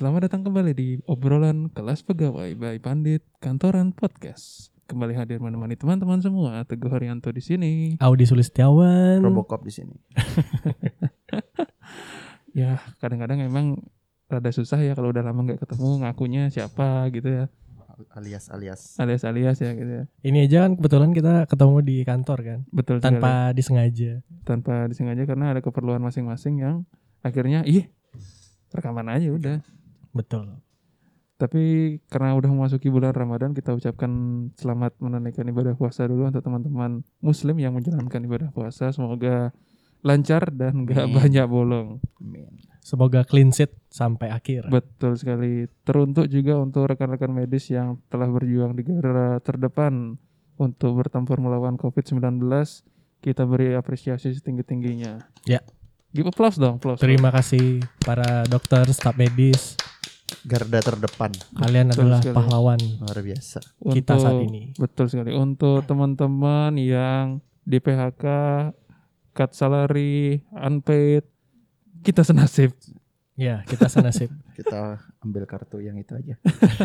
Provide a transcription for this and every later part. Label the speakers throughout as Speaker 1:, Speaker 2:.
Speaker 1: Selamat datang kembali di obrolan kelas pegawai by Pandit Kantoran Podcast. Kembali hadir menemani teman-teman semua. Teguh Haryanto di sini.
Speaker 2: Audi Sulistiawan.
Speaker 3: Robocop di sini.
Speaker 1: Ya, kadang-kadang emang rada susah ya kalau udah lama nggak ketemu ngakunya siapa gitu ya. Alias ya gitu ya.
Speaker 2: Ini aja kan kebetulan kita ketemu di kantor kan.
Speaker 1: Betul
Speaker 2: Tanpa
Speaker 1: sekali.
Speaker 2: disengaja.
Speaker 1: Tanpa disengaja karena ada keperluan masing-masing yang akhirnya rekaman aja udah.
Speaker 2: Betul.
Speaker 1: Tapi karena udah memasuki bulan Ramadan, kita ucapkan selamat menunaikan ibadah puasa dulu untuk teman-teman muslim yang menjalankan ibadah puasa. Semoga lancar dan gak banyak bolong.
Speaker 3: Amin.
Speaker 2: Semoga clean sheet sampai akhir.
Speaker 1: Betul sekali. Teruntuk juga untuk rekan-rekan medis yang telah berjuang di garda terdepan untuk bertempur melawan COVID-19. Kita beri apresiasi setinggi-tingginya.
Speaker 2: Ya.
Speaker 1: Give applause dong. Applause.
Speaker 2: Terima kasih para dokter, staf medis.
Speaker 3: Garda terdepan.
Speaker 2: Kalian
Speaker 1: Betul
Speaker 2: adalah
Speaker 1: sekali.
Speaker 2: pahlawan
Speaker 3: Luar biasa.
Speaker 2: kita saat ini.
Speaker 1: Betul sekali. Untuk teman-teman yang di PHK, cut salary, unpaid, kita senasib.
Speaker 2: Ya, kita senasib.
Speaker 3: Kita ambil kartu yang itu aja.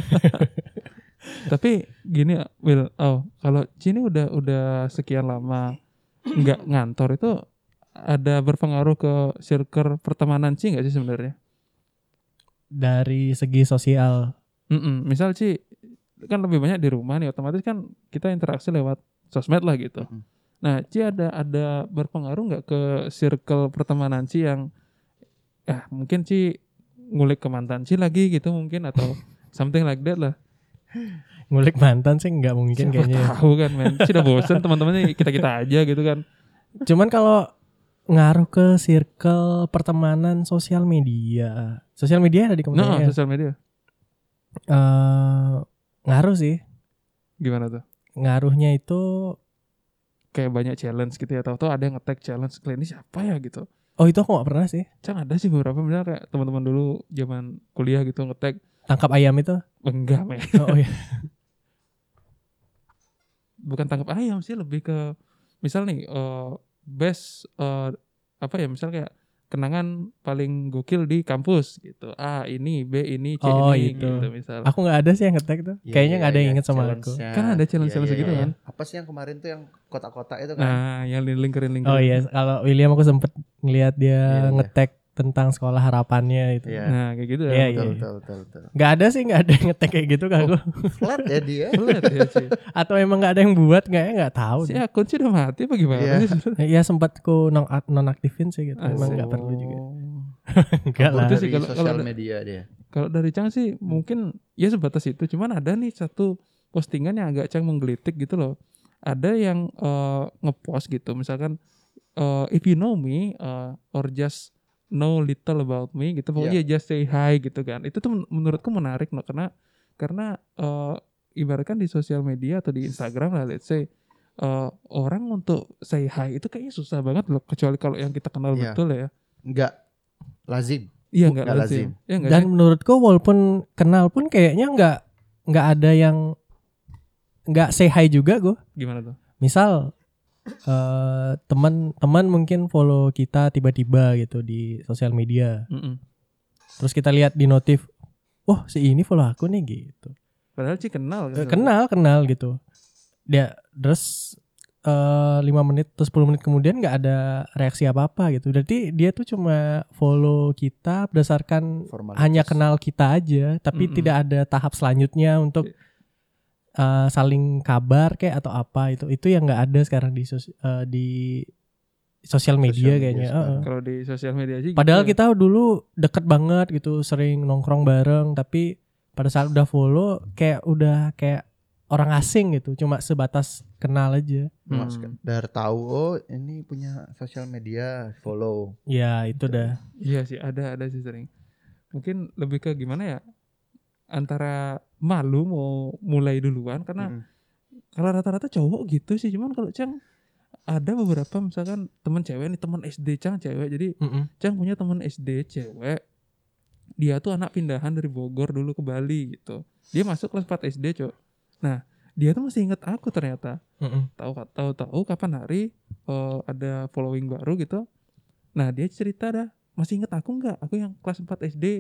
Speaker 1: Tapi gini, Will, kalau Cini udah sekian lama nggak ngantor itu ada berpengaruh ke circle pertemanan Ci nggak sih sebenarnya?
Speaker 2: Dari segi sosial.
Speaker 1: Misal Ci kan lebih banyak di rumah nih, otomatis kan kita interaksi lewat sosmed lah gitu. Nah, Ci ada berpengaruh nggak ke circle pertemanan Ci yang mungkin Ci ngulik ke mantan Ci lagi gitu mungkin atau something like that lah.
Speaker 2: Ngulik mantan sih nggak mungkin
Speaker 1: Siapa
Speaker 2: kayaknya.
Speaker 1: tahu kan men. Ci udah bosen teman-temannya kita aja gitu kan.
Speaker 2: Cuman kalau ngaruh ke circle pertemanan sosial media. Sosial media ada di komentarnya.
Speaker 1: Sosial media.
Speaker 2: Ngaruh sih.
Speaker 1: Gimana tuh?
Speaker 2: Ngaruhnya itu
Speaker 1: Kayak banyak challenge gitu ya. Tahu-tahu ada yang nge-tag challenge. Kalian ini siapa ya gitu.
Speaker 2: itu aku gak pernah sih.
Speaker 1: Cang ada sih beberapa misalnya kayak teman-teman dulu zaman kuliah gitu nge-tag.
Speaker 2: Tangkap ayam itu.
Speaker 1: Enggak men.
Speaker 2: Oh iya.
Speaker 1: Bukan tangkap ayam sih, lebih ke misal nih best misal kayak kenangan paling gokil di kampus gitu. A ini, B ini, C ini
Speaker 2: itu.
Speaker 1: gitu misal.
Speaker 2: Aku gak ada sih yang nge-tag tuh. Kayaknya gak ada yang inget sama aku.
Speaker 1: Kan ada challenge gitu kan.
Speaker 3: Apa sih yang kemarin tuh yang kotak-kotak itu kan?
Speaker 1: Nah, yang lingkarin.
Speaker 2: Oh iya, kalau William aku sempet ngeliat dia
Speaker 3: Iya.
Speaker 2: nge-tag tentang sekolah harapannya itu.
Speaker 3: Iya.
Speaker 1: Nah, kayak gitu
Speaker 2: Iya,
Speaker 1: ya.
Speaker 3: Betul.
Speaker 2: Gak ada yang nge-tag kayak gitu ke aku.
Speaker 3: Flat ya dia.
Speaker 1: Pelit ya sih.
Speaker 2: Atau emang gak ada yang buat, gak tahu.
Speaker 1: Si akun sih udah mati apa gimana
Speaker 3: Iya.
Speaker 1: sih?
Speaker 2: Ya sempat ku nonaktifin sih gitu. Emang
Speaker 1: Asik.
Speaker 2: gak perlu juga.
Speaker 1: Oh.
Speaker 2: Enggak lah.
Speaker 1: Itu sih
Speaker 3: Dari
Speaker 1: kalau
Speaker 3: sosial media dia.
Speaker 1: Kalau dari Cang sih mungkin ya sebatas itu. Cuman ada nih satu postingan yang agak Cang menggelitik gitu loh. Ada yang ngepost gitu. Misalkan if you know me or just know little about me gitu. Pokoknya just say hi gitu kan. Itu tuh menurutku menarik loh. Karena ibaratkan di sosial media atau di Instagram lah let's say. Orang untuk say hi itu kayaknya susah banget loh. Kecuali kalau yang kita kenal
Speaker 3: Iya.
Speaker 1: betul ya.
Speaker 3: Enggak lazim.
Speaker 1: Iya nggak
Speaker 3: Nggak
Speaker 1: lazim.
Speaker 3: lazim.
Speaker 1: Ya, nggak
Speaker 2: Dan
Speaker 1: sih?
Speaker 2: menurutku walaupun kenal pun kayaknya nggak ada yang nggak say hi juga gue.
Speaker 1: Gimana tuh?
Speaker 2: Misal teman mungkin follow kita tiba-tiba gitu di sosial media. Terus kita lihat di notif, oh si ini follow aku nih gitu.
Speaker 1: Padahal sih kenal kan.
Speaker 2: Kenal gitu. Dia terus 5 menit atau 10 menit kemudian nggak ada reaksi apa-apa gitu. Berarti dia tuh cuma follow kita berdasarkan
Speaker 3: Formalitas.
Speaker 2: hanya kenal kita aja, tapi tidak ada tahap selanjutnya untuk saling kabar kayak atau apa itu yang nggak ada sekarang di sosial media kayaknya.
Speaker 1: Kalau di sosial media aja.
Speaker 2: Padahal
Speaker 1: gitu.
Speaker 2: kita dulu deket banget gitu, sering nongkrong bareng, tapi pada saat udah follow kayak udah kayak orang asing gitu, cuma sebatas kenal aja.
Speaker 3: Cuma sekedar tahu oh ini punya sosial media, follow.
Speaker 2: Ya itu dah.
Speaker 1: Iya sih ada sih sering. Mungkin lebih ke gimana ya? Antara malu mau mulai duluan karena kalau rata-rata cowok gitu sih. Cuman kalau Cang ada beberapa misalkan teman cewek nih, teman SD Cang cewek. Jadi Cang punya teman SD cewek. Dia tuh anak pindahan dari Bogor dulu ke Bali gitu. Dia masuk kelas 4 SD, Cok. Nah, dia tuh masih inget aku ternyata. Tahu kapan hari ada following baru gitu. Nah, dia cerita dah, masih inget aku nggak? Aku yang kelas 4 SD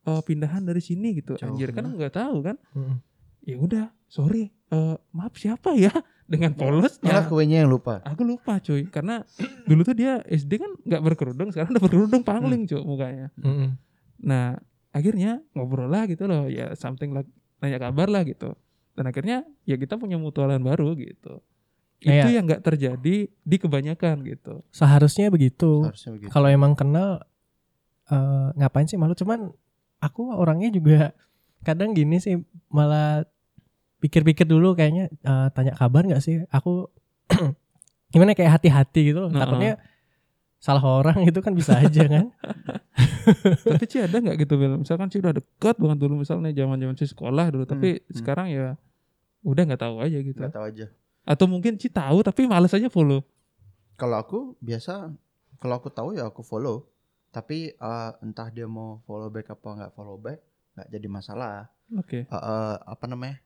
Speaker 1: pindahan dari sini gitu.
Speaker 3: Jauh
Speaker 1: Anjir kan
Speaker 3: banget.
Speaker 1: nggak tahu kan.
Speaker 2: Mm.
Speaker 1: Ya udah, sorry. Maaf siapa ya dengan
Speaker 3: Malah
Speaker 1: polosnya.
Speaker 3: kuenya yang lupa.
Speaker 1: Aku lupa cuy, karena dulu tuh dia SD kan nggak berkerudung, sekarang udah berkerudung pangling cuy mukanya.
Speaker 2: Mm-mm.
Speaker 1: Nah akhirnya ngobrol lah gitu loh, ya something like nanya kabar lah gitu. Dan akhirnya ya kita punya mutualan baru gitu. Itu
Speaker 2: Iya.
Speaker 1: yang nggak terjadi di kebanyakan gitu.
Speaker 2: Seharusnya begitu.
Speaker 3: Harusnya begitu.
Speaker 2: Kalau emang kenal ngapain sih malu, cuman aku orangnya juga kadang gini sih, malah pikir-pikir dulu kayaknya tanya kabar nggak sih, aku gimana kayak hati-hati gitu loh. Takutnya salah orang itu kan bisa aja kan.
Speaker 1: Tapi Ci ada nggak gitu Bel? Misalkan Ci udah deket banget dulu misalnya zaman Ci sekolah dulu, tapi sekarang ya udah nggak tahu aja gitu.
Speaker 3: Nggak tahu aja.
Speaker 1: Atau mungkin Ci tahu tapi males aja follow.
Speaker 3: Kalau aku biasa, kalau aku tahu ya aku follow. Tapi entah dia mau follow back apa nggak follow back, nggak jadi masalah.
Speaker 1: Oke.
Speaker 3: Apa namanya?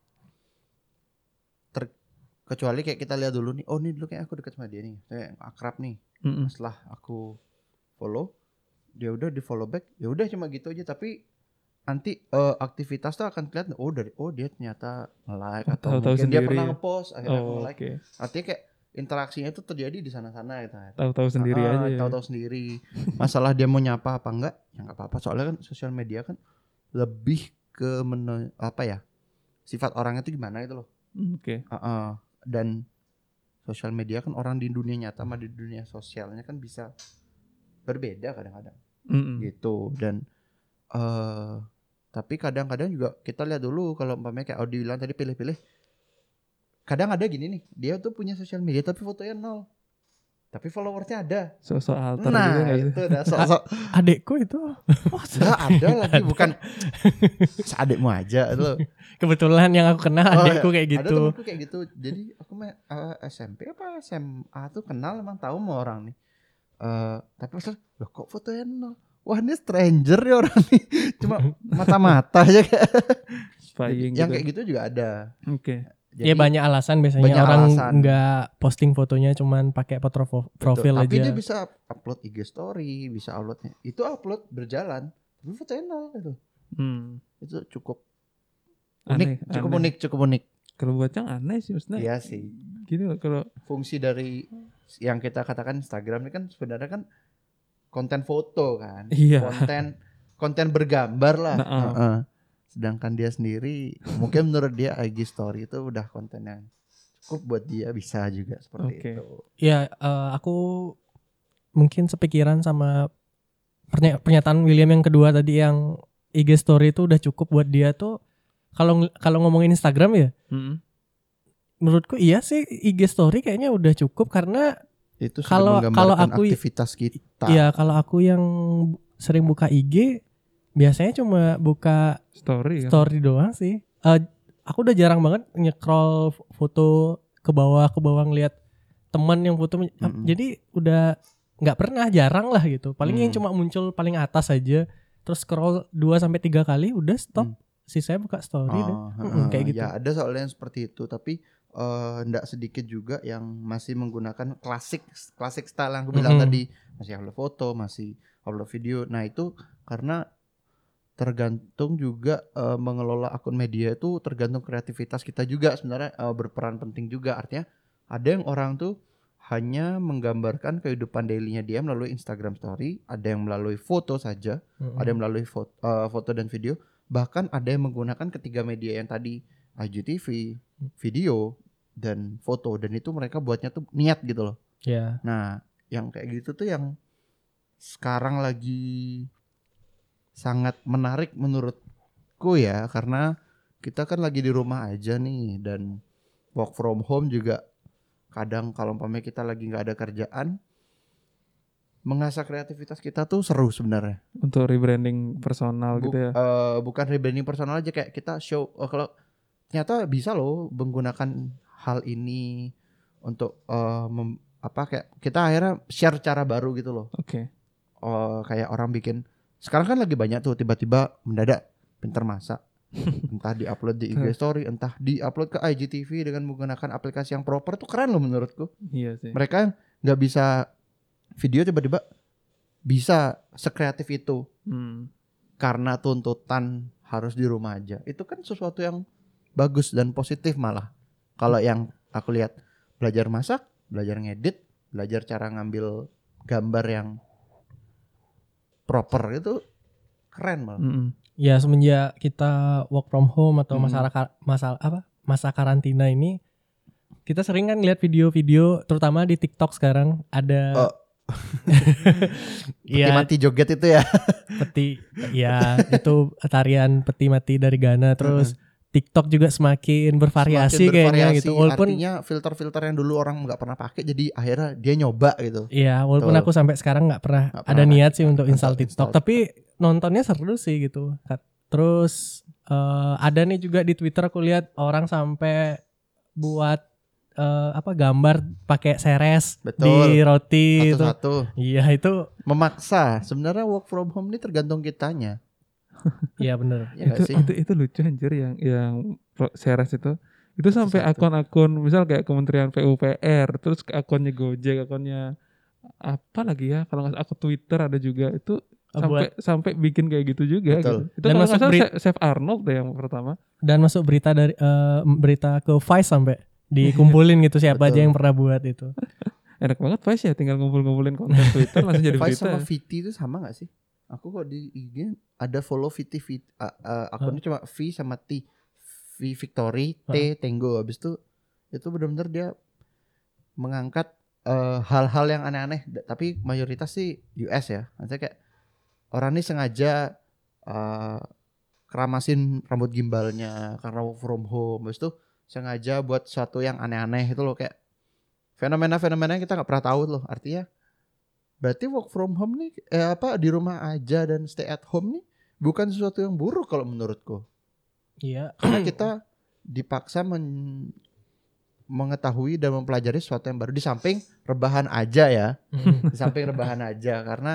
Speaker 3: Kecuali kayak kita lihat dulu nih, oh nih dulu kayak aku dekat sama dia nih, kayak akrab nih. Setelah aku follow, dia udah di follow back, ya udah cuma gitu aja. Tapi nanti aktivitas tuh akan kelihatan, dia ternyata nge-like atau
Speaker 1: Tahu-tahu
Speaker 3: mungkin dia
Speaker 1: sendiri
Speaker 3: pernah
Speaker 1: ya.
Speaker 3: nge-post akhirnya aku
Speaker 1: Oh,
Speaker 3: nge-like.
Speaker 1: oke.
Speaker 3: Artinya kayak interaksinya itu terjadi di sana-sana gitu.
Speaker 1: Tahu-tahu sendiri aja ya.
Speaker 3: Tahu-tahu sendiri. Masalah dia mau nyapa apa enggak, ya enggak apa-apa. Soalnya kan sosial media kan lebih ke sifat orangnya itu gimana itu loh.
Speaker 1: Oke.
Speaker 3: Dan sosial media kan orang di dunia nyata sama di dunia sosialnya kan bisa berbeda kadang-kadang. Gitu. Dan tapi kadang-kadang juga kita lihat dulu kalau umpamanya kayak Audi bilang tadi pilih-pilih. Kadang ada gini nih, dia tuh punya sosial media tapi fotonya 0. Tapi followersnya ada.
Speaker 1: Sosok alter
Speaker 3: Nah,
Speaker 1: gitu nggak sih?
Speaker 3: itu udah sok-sok.
Speaker 2: Adekku itu
Speaker 3: Enggak ada lagi, bukan seadikmu aja itu.
Speaker 2: kebetulan yang aku kenal adekku kayak
Speaker 3: Ada
Speaker 2: gitu.
Speaker 3: temanku kayak gitu. Jadi aku SMP apa SMA tuh kenal, emang tahu mau orang nih. Tapi pas loh kok fotonya 0. Wah, ini stranger ya orang nih. Cuma mata-mata aja kayak.
Speaker 1: Spying
Speaker 3: Yang
Speaker 1: gitu.
Speaker 3: kayak gitu juga ada.
Speaker 1: Oke.
Speaker 2: Ya banyak alasan biasanya
Speaker 3: banyak
Speaker 2: orang
Speaker 3: alasan.
Speaker 2: nggak posting fotonya, cuman pakai foto profil
Speaker 3: Betul. Tapi
Speaker 2: aja.
Speaker 3: dia bisa upload IG story, bisa uploadnya. Itu upload berjalan. Tapi fotonya 0 itu. Itu cukup
Speaker 1: Aneh,
Speaker 3: cukup unik.
Speaker 1: Kalau buat Cang aneh sih maksudnya.
Speaker 3: Iya sih.
Speaker 1: Gini loh kalau
Speaker 3: Fungsi dari yang kita katakan Instagram ini kan sebenarnya kan konten foto kan.
Speaker 1: Iya.
Speaker 3: Konten bergambar lah.
Speaker 1: Nah,
Speaker 3: Sedangkan dia sendiri mungkin menurut dia IG story itu udah konten yang cukup buat dia, bisa juga seperti
Speaker 1: Oke.
Speaker 3: itu.
Speaker 2: Ya aku mungkin sepikiran sama pernyataan William yang kedua tadi, yang IG story itu udah cukup buat dia tuh. Kalau ngomongin Instagram ya, menurutku iya sih IG story kayaknya udah cukup, karena
Speaker 3: Itu
Speaker 2: Kalau
Speaker 3: sudah menggambarkan
Speaker 2: aku-
Speaker 3: aktivitas kita.
Speaker 2: ya kalau aku yang sering buka IG biasanya cuma buka
Speaker 1: story kan.
Speaker 2: story doang sih. Aku udah jarang banget nge-scroll foto ke bawah ngeliat teman yang foto. Jadi udah nggak pernah, jarang lah gitu. Paling yang cuma muncul paling atas aja, terus scroll 2-3 kali udah stop. Sisanya buka story deh. Kayak gitu.
Speaker 3: Ya ada soalnya yang seperti itu, tapi nggak sedikit juga yang masih menggunakan klasik style yang aku bilang tadi, masih upload foto, masih upload video. Nah itu karena tergantung juga mengelola akun media itu tergantung kreativitas kita juga sebenarnya, berperan penting juga. Artinya ada yang orang tuh hanya menggambarkan kehidupan dailynya dia melalui Instagram Story, ada yang melalui foto saja, ada yang melalui foto dan video, bahkan ada yang menggunakan ketiga media yang tadi, IGTV, video dan foto, dan itu mereka buatnya tuh niat gitu loh.
Speaker 2: Ya.
Speaker 3: Nah, yang kayak gitu tuh yang sekarang lagi sangat menarik menurutku ya, karena kita kan lagi di rumah aja nih dan work from home juga. Kadang kalau umpamanya kita lagi nggak ada kerjaan, mengasah kreativitas kita tuh seru sebenarnya.
Speaker 1: Untuk rebranding personal gitu ya.
Speaker 3: Bukan rebranding personal aja, kayak kita show kalau ternyata bisa loh menggunakan hal ini untuk kayak kita akhirnya share cara baru gitu loh.
Speaker 1: Oke.
Speaker 3: Kayak orang bikin sekarang kan lagi banyak tuh tiba-tiba mendadak pinter masak. Entah di-upload di IG story, entah di-upload ke IGTV dengan menggunakan aplikasi yang proper, tuh keren loh menurutku.
Speaker 1: Iya sih.
Speaker 3: Mereka nggak bisa video tiba-tiba bisa sekreatif itu. karena tuntutan harus di rumah aja. Itu kan sesuatu yang bagus dan positif malah. Kalau yang aku lihat belajar masak, belajar ngedit, belajar cara ngambil gambar yang proper itu keren malah.
Speaker 2: Ya semenjak kita work from home atau masa karantina ini, kita sering kan lihat video-video terutama di TikTok sekarang ada
Speaker 3: Peti mati joget itu ya.
Speaker 2: Peti ya itu tarian peti mati dari Ghana. Terus TikTok juga semakin bervariasi kayaknya gitu. Walaupun
Speaker 3: artinya filter-filter yang dulu orang nggak pernah pakai jadi akhirnya dia nyoba gitu.
Speaker 2: Iya, walaupun aku sampai sekarang nggak pernah ada niat sih untuk install TikTok, tapi nontonnya seru sih gitu. Terus ada nih juga di Twitter aku lihat orang sampai buat gambar pakai seres.
Speaker 3: Betul.
Speaker 2: Di roti
Speaker 3: satu-satu.
Speaker 2: Iya itu
Speaker 3: memaksa. Sebenarnya work from home ini tergantung kitanya.
Speaker 2: Iya benar.
Speaker 3: Ya
Speaker 1: itu lucu anjir yang seres itu sampai akun-akun misal kayak Kementerian PUPR, terus akunnya Gojek, akunnya apa lagi ya, kalau nggak akun Twitter ada juga itu sampai bikin kayak gitu juga. Gitu. Itu dan masuk Chef Arnold deh yang pertama. Dan
Speaker 2: masuk berita dari berita ke Vice sampai dikumpulin gitu siapa aja yang pernah buat itu.
Speaker 1: Enak banget Vice ya, tinggal ngumpul-ngumpulin konten Twitter langsung jadi berita.
Speaker 3: Vice sama VT itu sama gak sih? Aku kok di IG ada follow VT akunnya cuma V sama T. V Victory, T Tango. Habis itu benar-benar dia mengangkat hal-hal yang aneh-aneh, tapi mayoritas sih US ya. Maksudnya kayak orang ini sengaja keramasin rambut gimbalnya karena work from home. Habis itu sengaja buat sesuatu yang aneh-aneh itu loh, kayak fenomena-fenomena yang kita nggak pernah tahu loh. Artinya berarti work from home nih di rumah aja dan stay at home nih bukan sesuatu yang buruk kalau menurutku.
Speaker 2: Iya.
Speaker 3: Karena kita dipaksa mengetahui dan mempelajari sesuatu yang baru di samping rebahan aja ya. Di samping rebahan aja karena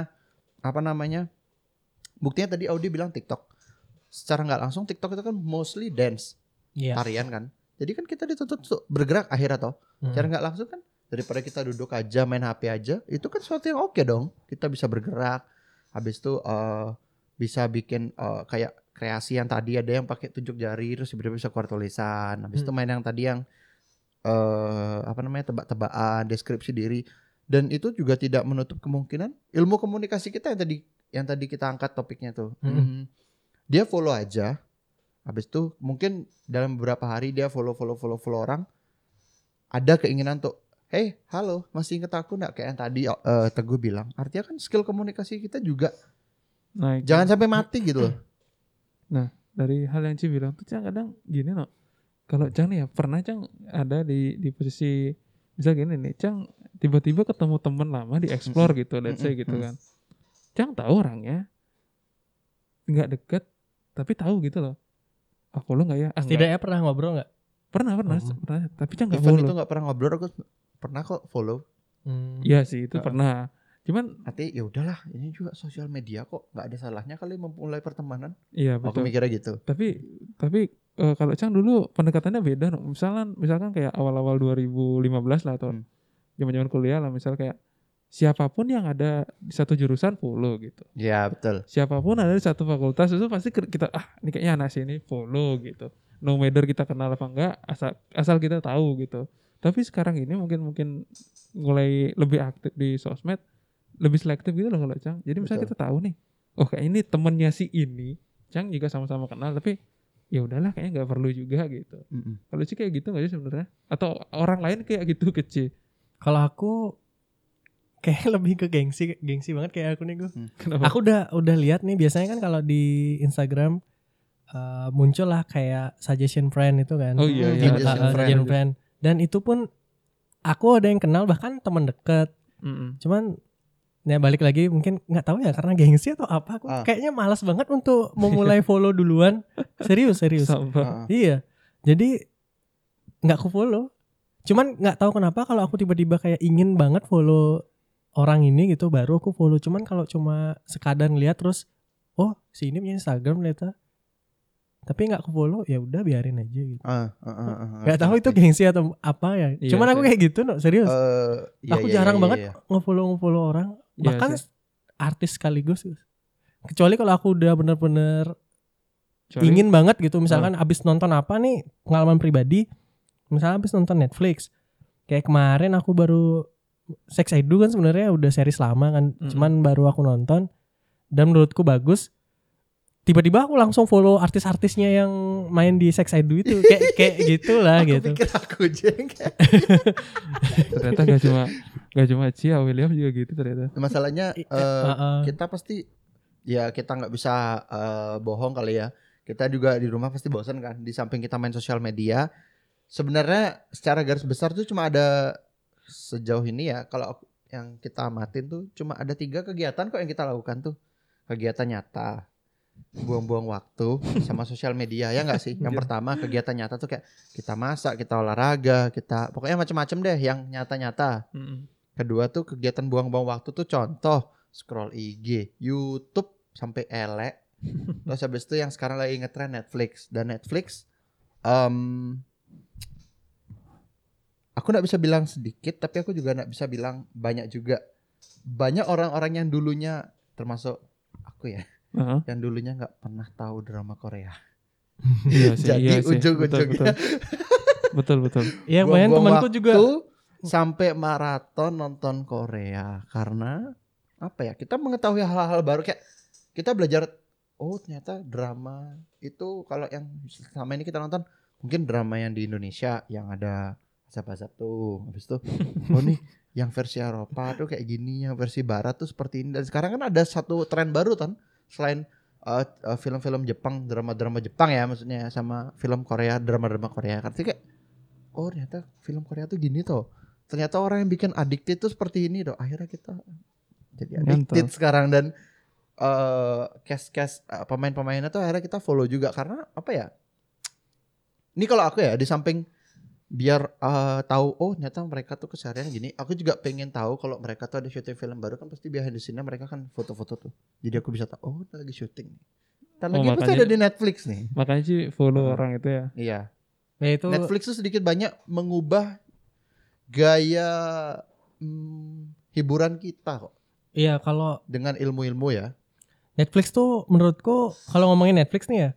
Speaker 3: buktinya tadi Audi bilang TikTok. Secara nggak langsung TikTok itu kan mostly dance, tarian kan. Jadi kan kita dituntut untuk bergerak akhirnya toh. Cara nggak langsung kan daripada kita duduk aja main HP aja, itu kan sesuatu yang oke dong. Kita bisa bergerak. Habis itu bisa bikin kayak kreasi yang tadi ada yang pakai tunjuk jari terus tiba-tiba bisa keluar tulisan. Habis itu main yang tadi yang tebak-tebakan, deskripsi diri. Dan itu juga tidak menutup kemungkinan ilmu komunikasi kita yang tadi kita angkat topiknya tuh. Dia follow aja. Habis itu mungkin dalam beberapa hari dia follow orang. Ada keinginan untuk, hey, halo, masih inget aku gak? Kayak yang tadi Teguh bilang. Artinya kan skill komunikasi kita juga jangan sampai mati gitu loh.
Speaker 1: Nah, dari hal yang Ci bilang tuh Cang kadang gini no. Kalau Cang nih ya pernah Cang ada di posisi misal gini nih, Cang tiba-tiba ketemu teman lama di explore gitu, let's say gitu kan. Cang tahu orangnya nggak deket tapi tahu gitu loh. Follow nggak ya?
Speaker 2: Setidaknya pernah ngobrol nggak?
Speaker 1: Pernah. Tapi Cang nggak
Speaker 3: follow.
Speaker 1: Itu
Speaker 3: nggak pernah ngobrol, aku pernah kok follow.
Speaker 1: Iya sih itu pernah. Cuman
Speaker 3: nanti ya udahlah, ini juga sosial media kok, nggak ada salahnya kali memulai pertemanan.
Speaker 1: Iya betul.
Speaker 3: Aku mikirnya gitu.
Speaker 1: Tapi kalau Cang dulu pendekatannya beda. No? Misalkan kayak awal-awal 2015 lah atau zaman-zaman kuliah lah, misal kayak siapapun yang ada di satu jurusan follow gitu.
Speaker 3: Iya betul.
Speaker 1: Siapapun ada di satu fakultas itu pasti kita ini kayaknya anak sini follow gitu. No matter kita kenal apa enggak, asal kita tahu gitu. Tapi sekarang ini mungkin mulai lebih aktif di sosmed, lebih selektif gitu loh kalau Cang. Jadi misalnya kita tahu nih, oh kayak ini temennya si ini, Cang juga sama-sama kenal, tapi ya udahlah kayaknya nggak perlu juga gitu. Kalau sih kayak gitu nggak sih sebenarnya? Atau orang lain kayak gitu kecil?
Speaker 2: Kalau aku kayak lebih ke gengsi banget kayak aku nih gue. Aku udah lihat nih biasanya kan kalau di Instagram muncul lah kayak suggestion friend itu kan.
Speaker 1: Oh iya.
Speaker 2: Suggestion friend. Dan itu pun aku ada yang kenal bahkan teman dekat. Cuman ya balik lagi mungkin nggak tahu ya karena gengsi atau apa. Aku kayaknya malas banget untuk memulai follow duluan. Serius. Iya. Jadi nggak aku follow. Cuman nggak tahu kenapa kalau aku tiba-tiba kayak ingin banget follow orang ini gitu baru aku follow. Cuman kalau cuma sekadar ngeliat terus oh si ini punya Instagram ternyata tapi nggak aku follow ya udah biarin aja gitu. Nggak tahu itu gengsi atau apa ya. Iya, cuman aku kayak gitu no serius. Aku jarang banget nge-follow orang bahkan artis sekaligus. Kecuali kalau aku udah bener-bener
Speaker 1: Kecuali-
Speaker 2: ingin banget gitu, misalkan abis nonton apa nih, pengalaman pribadi, misalnya abis nonton Netflix, kayak kemarin aku baru Sex Edu kan sebenarnya udah series lama kan, cuman baru aku nonton dan menurutku bagus. Tiba-tiba aku langsung follow artis-artisnya yang main di Sex Edu itu, kayak gitulah
Speaker 3: Aku
Speaker 2: gitu.
Speaker 3: pikir aku jeng.
Speaker 1: ternyata gak cuma Cia, William juga gitu ternyata.
Speaker 3: Masalahnya kita pasti ya kita nggak bisa bohong kali ya. Kita juga di rumah pasti bosan kan. Di samping kita main sosial media, sebenarnya secara garis besar tuh cuma ada sejauh ini ya. Kalau yang kita amatin tuh cuma ada 3 kegiatan kok yang kita lakukan tuh. Kegiatan nyata, buang-buang waktu sama sosial media, ya nggak sih? Yang pertama kegiatan nyata tuh kayak kita masak, kita olahraga, kita pokoknya macam-macam deh yang nyata-nyata. Kedua tuh kegiatan buang-buang waktu tuh contoh scroll IG, YouTube sampai elek. Terus habis itu yang sekarang lagi ngetren Netflix. Dan Netflix aku gak bisa bilang sedikit, tapi aku juga gak bisa bilang banyak juga. Banyak orang-orang yang dulunya, termasuk aku ya, yang dulunya gak pernah tahu drama Korea.
Speaker 1: Iya sih,
Speaker 3: Jadi
Speaker 1: iya sih.
Speaker 3: ujung-ujungnya
Speaker 1: Betul.
Speaker 2: Iya, kemarin temanku juga
Speaker 3: sampai maraton nonton Korea. Karena apa ya, kita mengetahui hal-hal baru, kayak kita belajar, oh ternyata drama itu kalau yang selama ini kita nonton mungkin drama yang di Indonesia yang ada azab-azab tuh, habis itu oh nih yang versi Eropa tuh kayak gini, yang versi Barat tuh seperti ini. Dan sekarang kan ada satu tren baru kan, selain film-film Jepang, drama-drama Jepang ya maksudnya, sama film Korea, drama-drama Korea. Karena kayak oh ternyata film Korea tuh gini tuh, ternyata orang yang bikin addicted tuh seperti ini tuh. Akhirnya kita jadi addicted sekarang. Dan cast pemain-pemainnya tuh akhirnya kita follow juga. Karena apa ya, ini kalau aku ya, di samping biar tahu oh ternyata mereka tuh keseharian gini, aku juga pengen tahu kalau mereka tuh ada syuting film baru kan, pasti behind the scene-nya mereka kan foto-foto tuh, jadi aku bisa tahu oh lagi syuting nih. Lagi pasti ada di Netflix nih,
Speaker 1: makanya sih follow orang itu ya.
Speaker 3: Iya
Speaker 2: ya itu
Speaker 3: Netflix tuh sedikit banyak mengubah gaya hiburan kita kok.
Speaker 2: Iya, kalau
Speaker 3: dengan ilmu-ilmu ya.
Speaker 2: Netflix tuh menurutku, kalau ngomongin Netflix nih ya,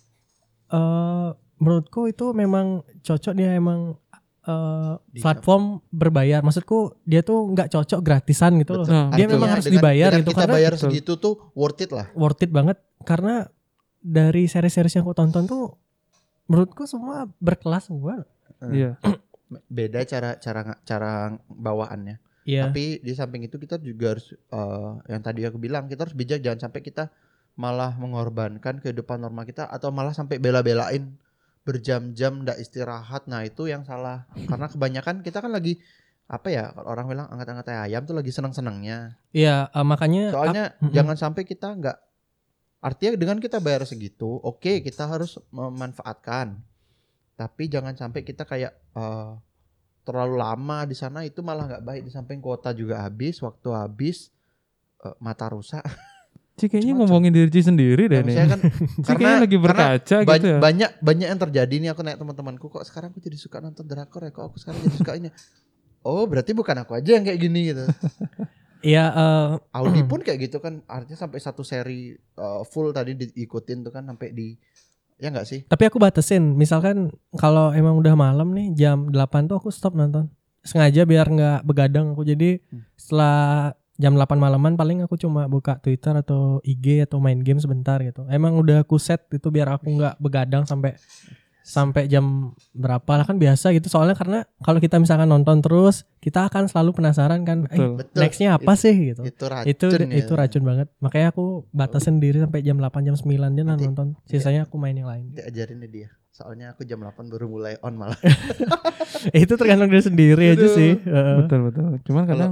Speaker 2: menurutku itu memang cocok, dia emang platform berbayar. Maksudku dia tuh nggak cocok gratisan gitu loh. Dia memang harus dibayar gitu,
Speaker 3: kita
Speaker 2: karena
Speaker 3: bayar segitu tuh worth it lah.
Speaker 2: Worth it banget, karena dari seri-seri yang aku tonton tuh menurutku semua berkelas semua.
Speaker 1: Iya.
Speaker 3: Beda cara bawaannya.
Speaker 2: Iya.
Speaker 3: Tapi di samping itu kita juga harus yang tadi aku bilang, kita harus bijak, jangan sampai kita malah mengorbankan kehidupan normal kita, atau malah sampai bela-belain berjam-jam ndak istirahat. Nah itu yang salah, karena kebanyakan kita kan lagi apa ya, kalau orang bilang angkat-angkat ayam tuh lagi senang-senangnya.
Speaker 2: Iya, makanya
Speaker 3: soalnya jangan sampai kita nggak, artinya dengan kita bayar segitu, oke, kita harus memanfaatkan, tapi jangan sampai kita kayak terlalu lama di sana, itu malah nggak baik. Di samping kuota juga habis, waktu habis, mata rusak.
Speaker 1: Kayaknya ngomongin diri sendiri deh nih.
Speaker 3: Kan, karena
Speaker 1: lagi berkaca gitu ya.
Speaker 3: Banyak yang terjadi nih, aku nanya teman-temanku, kok sekarang aku jadi suka nonton drakor ya, kok aku sekarang jadi suka ini. Oh berarti bukan aku aja yang kayak gini gitu.
Speaker 2: Iya,
Speaker 3: Audi pun kayak gitu kan, artinya sampai satu seri full tadi diikutin tuh kan, sampai di, ya nggak sih?
Speaker 2: Tapi aku batasin, misalkan kalau emang udah malam nih jam 8 tuh aku stop nonton. Sengaja biar nggak begadang aku. Jadi setelah jam 8 malaman paling aku cuma buka Twitter atau IG atau main game sebentar gitu. Emang udah aku set itu biar aku nggak begadang sampai jam berapa lah kan biasa gitu. Soalnya karena kalau kita misalkan nonton terus, kita akan selalu penasaran kan, nextnya apa sih gitu. Itu racun banget. Makanya aku batasin diri sampai jam 8 jam 9 aja lah nonton. Sisanya aku main yang lain.
Speaker 3: Diajarin dia. Soalnya aku jam 8 baru mulai on malah.
Speaker 2: Itu tergantung diri sendiri aja sih.
Speaker 1: Betul. Cuman kadang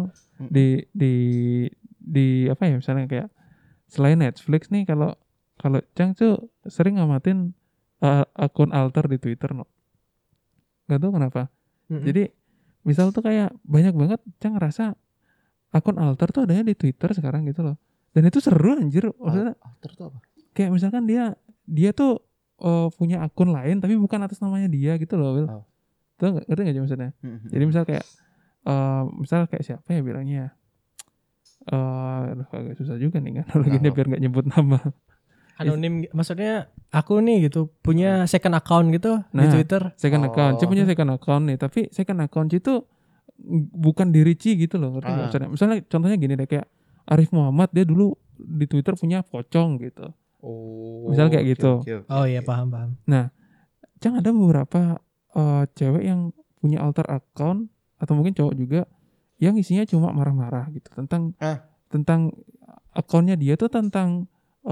Speaker 1: di apa ya, misalnya kayak selain Netflix nih, kalau Cang tuh sering ngamatin akun alter di Twitter, no. Gak tau kenapa. Jadi misal tuh kayak banyak banget Cang ngerasa akun alter tuh adanya di Twitter sekarang gitu loh. Dan itu seru anjir. Maksudnya
Speaker 3: alter tuh apa?
Speaker 1: Kayak misalkan dia tuh punya akun lain tapi bukan atas namanya dia gitu loh, Will. Tuh ngerti gak sih maksudnya? Jadi misal kayak siapa ya bilangnya ya? agak susah juga nih kan loginnya biar nggak nyebut nama.
Speaker 2: Anonim, maksudnya aku nih gitu punya second account gitu di
Speaker 1: Nah,
Speaker 2: Twitter.
Speaker 1: Second account, Cie punya second account nih, tapi second account itu bukan diri Cie gitu loh, ngerti nggak? Misalnya contohnya gini deh, kayak Arif Muhammad dia dulu di Twitter punya pocong gitu. Misal kayak gitu.
Speaker 2: Oh iya, paham.
Speaker 1: Nah, Cang ada beberapa cewek yang punya alter account atau mungkin cowok juga yang isinya cuma marah-marah gitu tentang akunnya dia tuh tentang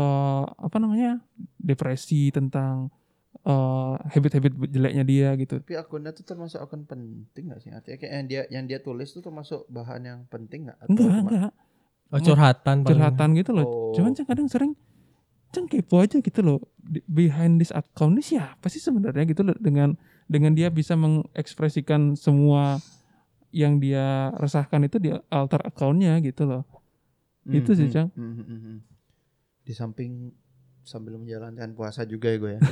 Speaker 1: depresi, tentang habit-habit jeleknya dia gitu.
Speaker 3: Tapi akunnya tuh termasuk akun penting gak sih? Artinya kayak yang dia tulis tuh termasuk bahan yang penting gak?
Speaker 1: Enggak.
Speaker 2: Oh, curhatan
Speaker 1: gitu loh. Cuman kadang sering kepo aja gitu loh. Behind this account ini siapa sih sebenarnya gitu loh, dengan dia bisa mengekspresikan semua yang dia resahkan itu di alter accountnya gitu loh. Itu sih, Cang.
Speaker 3: Di samping sambil menjalankan puasa juga ya gue ya.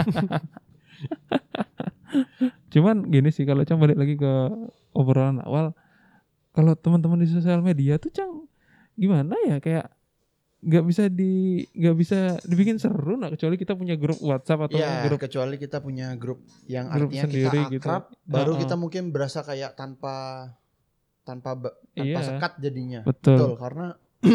Speaker 1: Cuman gini sih, kalau Cang balik lagi ke obrolan awal, kalau teman-teman di sosial media tuh Cang gimana ya, kayak nggak bisa dibikin seru nah, kecuali kita punya grup WhatsApp atau grup,
Speaker 3: kecuali kita punya grup yang
Speaker 1: grup
Speaker 3: artinya
Speaker 1: sendiri
Speaker 3: kita akrab
Speaker 1: gitu.
Speaker 3: Baru kita mungkin berasa kayak tanpa sekat jadinya.
Speaker 1: Betul.
Speaker 3: Karena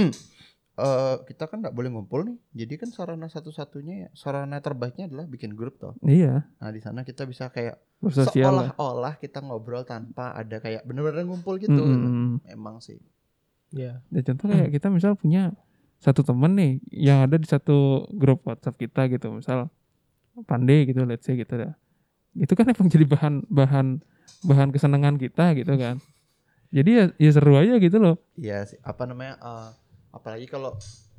Speaker 3: kita kan nggak boleh ngumpul nih, jadi kan sarana terbaiknya adalah bikin grup toh.
Speaker 1: Iya.
Speaker 3: Nah di sana kita bisa kayak
Speaker 1: bersosial
Speaker 3: seolah-olah kita ngobrol tanpa ada kayak bener-bener ngumpul gitu. Emang sih.
Speaker 2: Iya.
Speaker 1: Ya contoh kayak kita misal punya satu temen nih yang ada di satu grup WhatsApp kita gitu, misal Pandey gitu, let's say gitu dah. Itu kan emang jadi bahan kesenangan kita gitu kan. Jadi ya seru aja gitu loh.
Speaker 3: Iya sih, apalagi kalau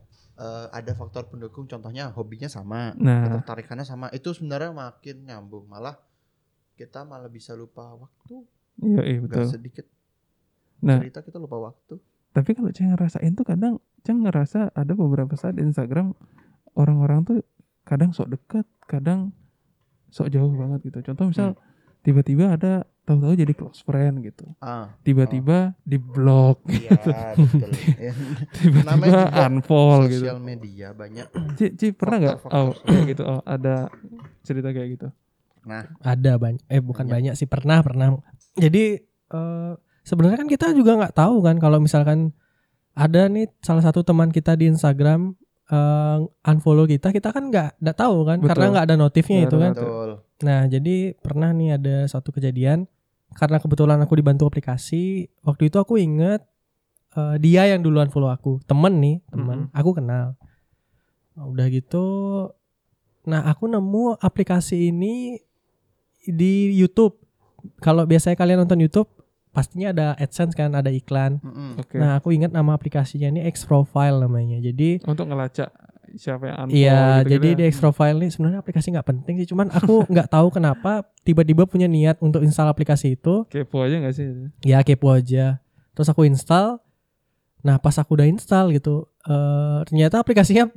Speaker 3: ada faktor pendukung, contohnya hobinya sama, ketertarikannya sama, itu sebenarnya makin nyambung, malah kita bisa lupa waktu.
Speaker 1: Iya betul.
Speaker 3: Gak sedikit cerita kita lupa waktu.
Speaker 1: Tapi kalau Ceng ngerasain tuh kadang Ceng ngerasa ada beberapa saat di Instagram orang-orang tuh kadang sok dekat, kadang sok jauh banget gitu. Contoh misal tiba-tiba ada tahu-tahu jadi close friend gitu. Tiba-tiba di blog gitu.
Speaker 3: Betul.
Speaker 1: Tiba-tiba unfollow gitu.
Speaker 3: Sosial media banyak.
Speaker 1: Ci pernah nggak kayak gitu? Ada cerita kayak gitu?
Speaker 2: Nah, ada banyak. Bukan banyak sih, pernah. Jadi sebenarnya kan kita juga nggak tahu kan kalau misalkan ada nih salah satu teman kita di Instagram unfollow kita kan nggak tahu kan. Betul. Karena nggak ada notifnya itu kan. Betul. Nah jadi pernah nih ada suatu kejadian, karena kebetulan aku dibantu aplikasi. Waktu itu aku inget dia yang duluan follow aku, temen aku kenal. Udah gitu, nah aku nemu aplikasi ini di YouTube. Kalau biasanya kalian nonton YouTube pastinya ada AdSense kan, ada iklan.
Speaker 1: Okay.
Speaker 2: Nah aku ingat nama aplikasinya ini X-Profile namanya. Jadi
Speaker 1: untuk ngelacak siapa yang unfollow.
Speaker 2: Iya, jadi di X-Profile ini sebenarnya aplikasi nggak penting sih, cuman aku nggak tahu kenapa tiba-tiba punya niat untuk install aplikasi itu.
Speaker 1: Kepo aja nggak sih?
Speaker 2: Ya kepo aja. Terus aku install. Nah pas aku udah install gitu, ternyata aplikasinya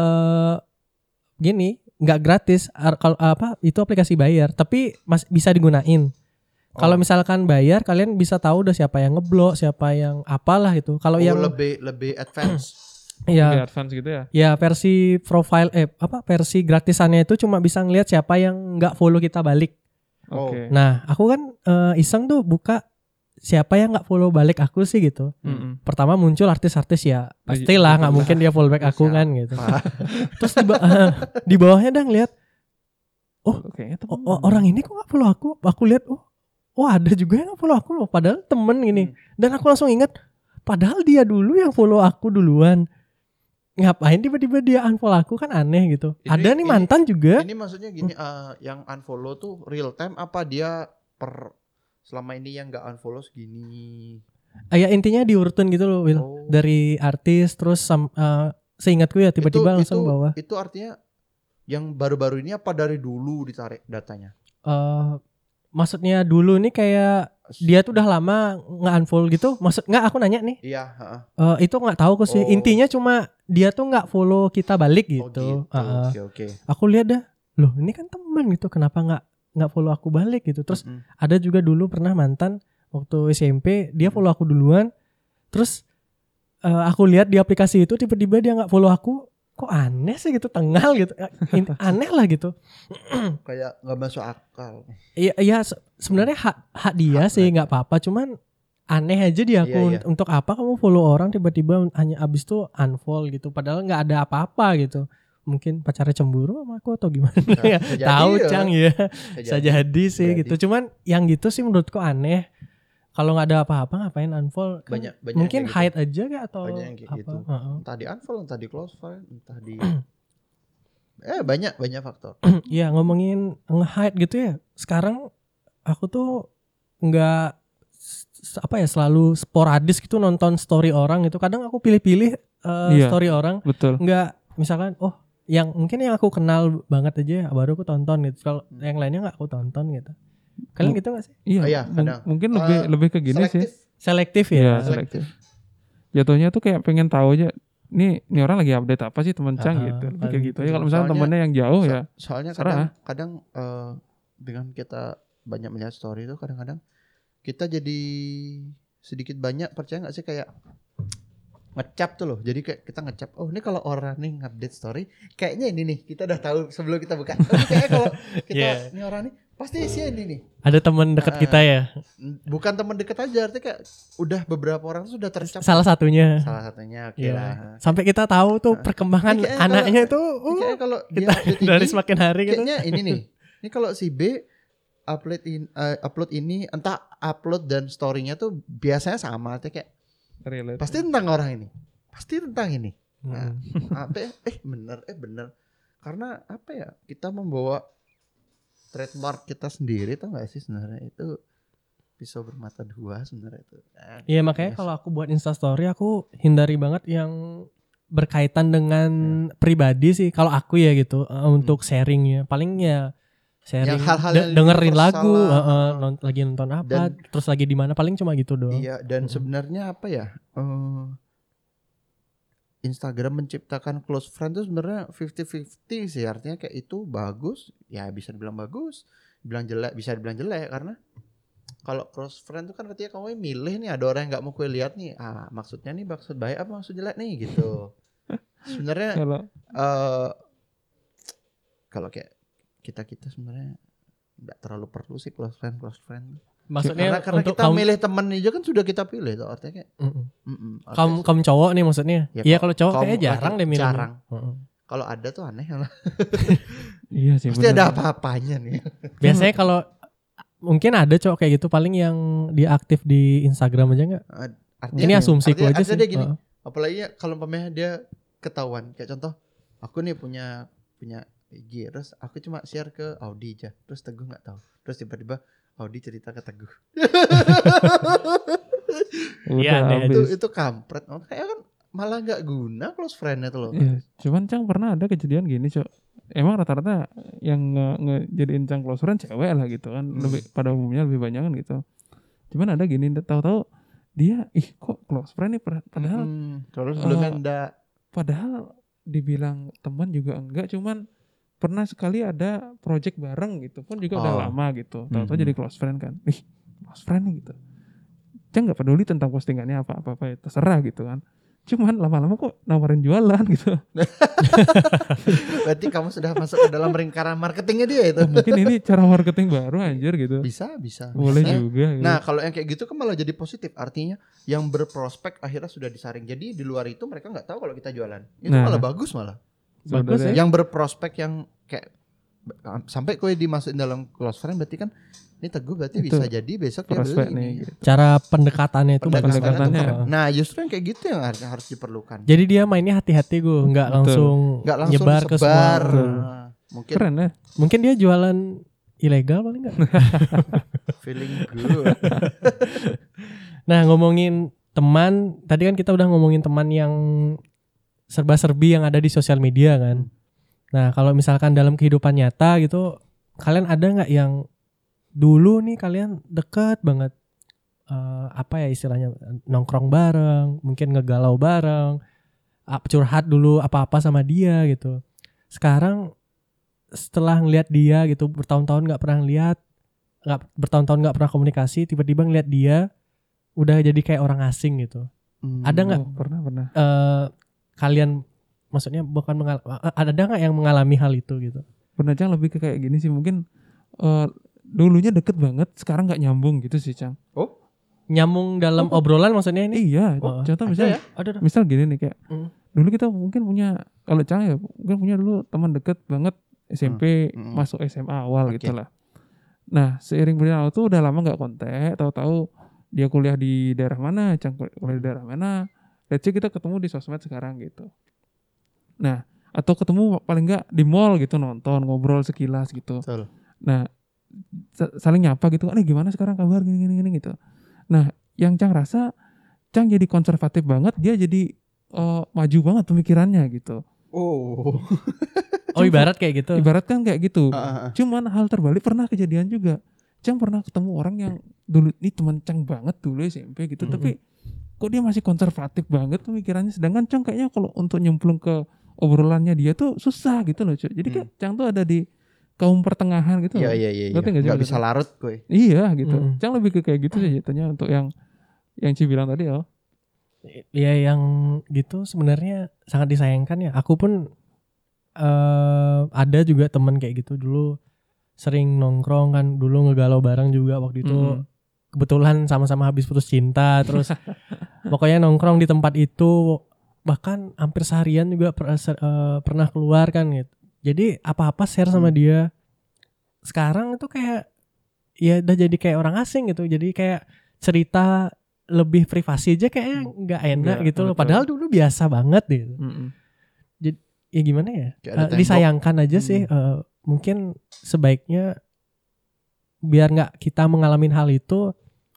Speaker 2: gini, nggak gratis. Kalau itu aplikasi bayar, tapi masih bisa digunain. Kalau misalkan bayar, kalian bisa tahu udah siapa yang ngeblok, siapa yang apalah gitu. Kalau yang
Speaker 3: lebih advance.
Speaker 1: Iya. Lebih advance gitu ya.
Speaker 2: Ya versi profile versi gratisannya itu cuma bisa ngelihat siapa yang nggak follow kita balik.
Speaker 1: Oke.
Speaker 2: Nah, aku kan iseng tuh buka siapa yang nggak follow balik aku sih gitu. Pertama muncul artis-artis ya, pastilah nggak mungkin dia follow back aku kan gitu. Terus di bawahnya dah ngeliat, orang ini kok nggak follow aku. Aku lihat, ada juga yang follow aku loh, padahal temen gini. Dan aku langsung ingat, padahal dia dulu yang follow aku duluan. Ngapain tiba-tiba dia unfollow aku, kan aneh gitu. Ada nih mantan juga.
Speaker 3: Ini maksudnya gini, yang unfollow tuh real time apa dia selama ini yang gak unfollow segini?
Speaker 2: Ya intinya diurutin gitu loh, Will. Dari artis terus seingatku ya tiba-tiba langsung bawah.
Speaker 3: Itu artinya yang baru-baru ini apa dari dulu ditarik datanya?
Speaker 2: Maksudnya dulu nih kayak dia tuh udah lama nge-unfollow gitu. Nggak, aku nanya nih.
Speaker 3: Iya.
Speaker 2: Itu nggak tahu kok sih. Intinya cuma dia tuh nggak follow kita balik gitu.
Speaker 3: Oke.
Speaker 2: Aku lihat dah, loh ini kan teman gitu. Kenapa nggak follow aku balik gitu? Terus ada juga dulu pernah mantan waktu SMP dia follow aku duluan. Terus aku lihat di aplikasi itu tiba-tiba dia nggak follow aku, kok aneh sih gitu, tengal gitu. Aneh lah gitu.
Speaker 3: Kayak nggak masuk akal.
Speaker 2: Iya sebenarnya hak dia sih nggak apa-apa, cuman aneh aja di aku.
Speaker 3: Iya.
Speaker 2: Untuk apa kamu follow orang tiba-tiba hanya abis itu unfollow gitu, padahal nggak ada apa-apa gitu. Mungkin pacarnya cemburu sama aku atau gimana ya? Tahu
Speaker 3: ya.
Speaker 2: Cang ya. Bisa jadi sih gitu. Cuman yang gitu sih menurutku aneh. Kalau nggak ada apa-apa ngapain unfollow? Kan
Speaker 3: Banyak
Speaker 2: mungkin
Speaker 3: gitu.
Speaker 2: hide aja kayak atau
Speaker 3: banyak yang kayak
Speaker 2: apa?
Speaker 3: gitu.
Speaker 2: Uh-uh.
Speaker 3: Entah di unfollow, entah di close friend, entah di banyak faktor.
Speaker 2: Iya, ngomongin nge-hide gitu ya. Sekarang aku tuh nggak apa ya, selalu sporadis gitu nonton story orang gitu. Kadang aku pilih-pilih story orang.
Speaker 1: Betul.
Speaker 2: Nggak, misalkan yang mungkin yang aku kenal banget aja baru aku tonton gitu. Kalau yang lainnya nggak aku tonton gitu. Kalian gitu gak sih?
Speaker 1: Iya,
Speaker 3: kadang.
Speaker 1: Mungkin lebih ke gini
Speaker 3: Selektif.
Speaker 1: sih.
Speaker 2: Selektif ya.
Speaker 1: Iya, selektif. Jatuhnya tuh kayak pengen tahu aja. Ini orang lagi update apa sih teman Cang gitu. Lebih kayak gitu aja. Kalau misalnya temennya yang jauh ya.
Speaker 3: Soalnya kadang dengan kita banyak melihat story itu kadang-kadang kita jadi sedikit banyak percaya nggak sih kayak ngecap tuh loh. Jadi kayak kita ngecap, ini kalau orang nih ngupdate story kayaknya ini nih, kita udah tahu sebelum kita buka. Kayaknya kalau kita ini orang nih pasti isinya ini nih.
Speaker 2: Ada teman dekat kita ya.
Speaker 3: Bukan teman dekat aja, artinya kayak udah beberapa orang tuh sudah tercap.
Speaker 2: Salah satunya
Speaker 3: Oke lah.
Speaker 2: Sampai kita tahu tuh perkembangan anaknya itu.
Speaker 3: Kayak kalau dia
Speaker 2: dari semakin hari gitu.
Speaker 3: Kayaknya ini nih. Ini kalau si B upload ini, entah upload dan story-nya tuh biasanya sama, artinya kayak
Speaker 1: relate.
Speaker 3: pasti tentang orang ini. Pasti tentang ini. Nah, bener. Karena apa ya? Kita membawa trademark kita sendiri, tau gak sih sebenarnya itu pisau bermata dua sebenarnya itu.
Speaker 2: Iya, makanya kalau aku buat Instastory aku hindari banget yang berkaitan dengan pribadi sih. Kalau aku ya gitu untuk sharingnya, paling ya sharing dengerin lagu, lagi nonton apa, terus lagi di mana, paling cuma gitu doang.
Speaker 3: Iya, dan sebenarnya apa ya? Instagram menciptakan close friend itu sebenarnya 50-50 sih, artinya kayak itu bagus, ya bisa dibilang bagus, bilang jelek bisa dibilang jelek, karena kalau close friend itu kan artinya kamu milih nih, ada orang yang nggak mau kue lihat nih, maksudnya nih maksud baik apa maksud jelek nih gitu. Sebenarnya kalau kayak kita sebenarnya nggak terlalu perlu sih close friend.
Speaker 2: Maksudnya
Speaker 3: karena kita milih teman aja kan sudah kita pilih tuh, artinya kayak
Speaker 2: kamu cowok nih maksudnya. Iya, kalau cowok kayaknya jarang deh milih.
Speaker 3: Jarang. Kalau ada tuh aneh lah.
Speaker 1: Iya sih.
Speaker 3: Pasti ada apa-apanya nih.
Speaker 2: Biasanya kalau mungkin ada cowok kayak gitu, paling yang dia aktif di Instagram aja nggak? Ini asumsiku aja sih.
Speaker 3: Dia gini, apalagi kalau umpamanya dia ketahuan, kayak contoh, aku nih punya IG, terus aku cuma share ke Audi aja, terus Teguh nggak tahu, terus tiba-tiba Audi cerita ke Teguh.
Speaker 1: Iya,
Speaker 3: itu kampret. Kayak kan malah nggak guna close friend-nya tuh loh.
Speaker 1: Iya, cuman Cang pernah ada kejadian gini, Cok. Emang rata-rata yang ngejadiin Cang close friend cewek lah gitu kan. Lebih pada umumnya lebih banyak kan gitu. Cuman ada gini, tahu-tahu dia kok close friend nih, padahal
Speaker 3: terus sebelumnya enggak.
Speaker 1: Padahal dibilang teman juga enggak, cuman pernah sekali ada project bareng gitu pun juga udah lama gitu. Tahu-tahu jadi close friend kan. Close friend nih gitu. Cang nggak peduli tentang postingannya apa ya, terserah gitu kan. Cuman lama-lama kok nawarin jualan gitu.
Speaker 3: Berarti kamu sudah masuk ke dalam lingkaran marketingnya dia itu.
Speaker 1: Mungkin ini cara marketing baru anjir gitu.
Speaker 3: Bisa.
Speaker 1: Boleh juga. Gitu.
Speaker 3: Nah, kalau yang kayak gitu kan malah jadi positif. Artinya yang berprospek akhirnya sudah disaring. Jadi di luar itu mereka nggak tahu kalau kita jualan. Itu malah bagus malah.
Speaker 2: Bagus ya.
Speaker 3: Yang berprospek yang kayak sampai kue dimasukin dalam close friend, berarti kan ini Teguh berarti itu bisa jadi besok dia beli nih.
Speaker 1: Gitu.
Speaker 2: Cara pendekatannya itu
Speaker 1: pendekatannya.
Speaker 3: Nah, justru yang kayak gitu yang harus diperlukan.
Speaker 2: Jadi dia mainnya hati-hati gue, nggak langsung nyebar ke semua.
Speaker 3: Mungkin
Speaker 1: keren ya.
Speaker 2: Mungkin dia jualan ilegal paling nggak.
Speaker 3: Feeling good.
Speaker 2: Nah, ngomongin teman, tadi kan kita udah ngomongin teman yang serba-serbi yang ada di sosial media kan. Nah, kalau misalkan dalam kehidupan nyata gitu, kalian ada nggak yang dulu nih kalian deket banget, apa ya istilahnya, nongkrong bareng, mungkin ngegalau bareng, curhat dulu apa-apa sama dia gitu. Sekarang setelah ngeliat dia gitu, bertahun-tahun nggak pernah komunikasi, tiba-tiba ngeliat dia udah jadi kayak orang asing gitu. Ada nggak
Speaker 1: Oh, pernah.
Speaker 2: kalian maksudnya bukan ada nggak yang mengalami hal itu gitu?
Speaker 1: Pernah Cang, lebih ke kayak gini sih, mungkin dulunya deket banget, sekarang nggak nyambung gitu sih Cang.
Speaker 3: Oh,
Speaker 2: Nyambung dalam obrolan maksudnya ini?
Speaker 1: Iya,
Speaker 2: Oh,
Speaker 1: contoh
Speaker 3: ada
Speaker 1: misal,
Speaker 3: ya?
Speaker 2: Ada.
Speaker 1: misal gini nih kayak
Speaker 2: Hmm.
Speaker 1: dulu kita mungkin punya, kalau Cang ya mungkin punya dulu teman deket banget SMP masuk SMA awal
Speaker 3: Oke.
Speaker 1: gitu lah. Nah seiring berjalan waktu udah lama nggak kontak, tahu-tahu dia kuliah di daerah mana, Cang kuliah di daerah mana, let's say kita ketemu di sosmed sekarang gitu. Nah atau ketemu paling nggak di mall gitu, nonton ngobrol sekilas gitu.
Speaker 3: Betul.
Speaker 1: Nah saling nyapa gitu, gimana sekarang kabar gini gitu. Nah yang Cang rasa, Cang jadi konservatif banget, dia jadi maju banget pemikirannya gitu.
Speaker 3: Oh.
Speaker 2: Oh ibarat kayak gitu.
Speaker 1: Ibarat kan kayak gitu.
Speaker 3: Ah.
Speaker 1: Cuman hal terbalik pernah kejadian juga. Cang pernah ketemu orang yang dulu ini teman Cang banget dulu SMP gitu, tapi kok dia masih konservatif banget pemikirannya, sedangkan Cang kayaknya kalau untuk nyemplung ke obrolannya dia tuh susah gitu loh, cuy. Jadi kayak Cang tuh ada di kaum pertengahan gitu loh.
Speaker 3: Iya.
Speaker 1: Ngerti nggak sih
Speaker 3: Nggak bisa
Speaker 1: maksudnya?
Speaker 3: larut gue.
Speaker 1: Iya gitu.
Speaker 2: Mm.
Speaker 1: Cang lebih ke kayak gitu sih jatuhnya untuk yang Ci bilang tadi ya.
Speaker 2: Ya yang gitu sebenarnya sangat disayangkan ya. Aku pun ada juga teman kayak gitu dulu, sering nongkrong kan, dulu ngegalau bareng juga waktu itu. Kebetulan sama-sama habis putus cinta, terus pokoknya nongkrong di tempat itu, bahkan hampir seharian juga pernah keluar kan gitu. Jadi apa-apa share sama dia. Sekarang itu kayak ya udah jadi kayak orang asing gitu. Jadi kayak cerita lebih privasi aja kayaknya nggak enak
Speaker 1: Nggak,
Speaker 2: gitu loh.
Speaker 1: betul.
Speaker 2: Padahal dulu biasa banget gitu. Jadi ya gimana ya?
Speaker 3: Kayak ada tembok.
Speaker 2: Disayangkan aja sih. Mungkin sebaiknya biar nggak kita mengalami hal itu,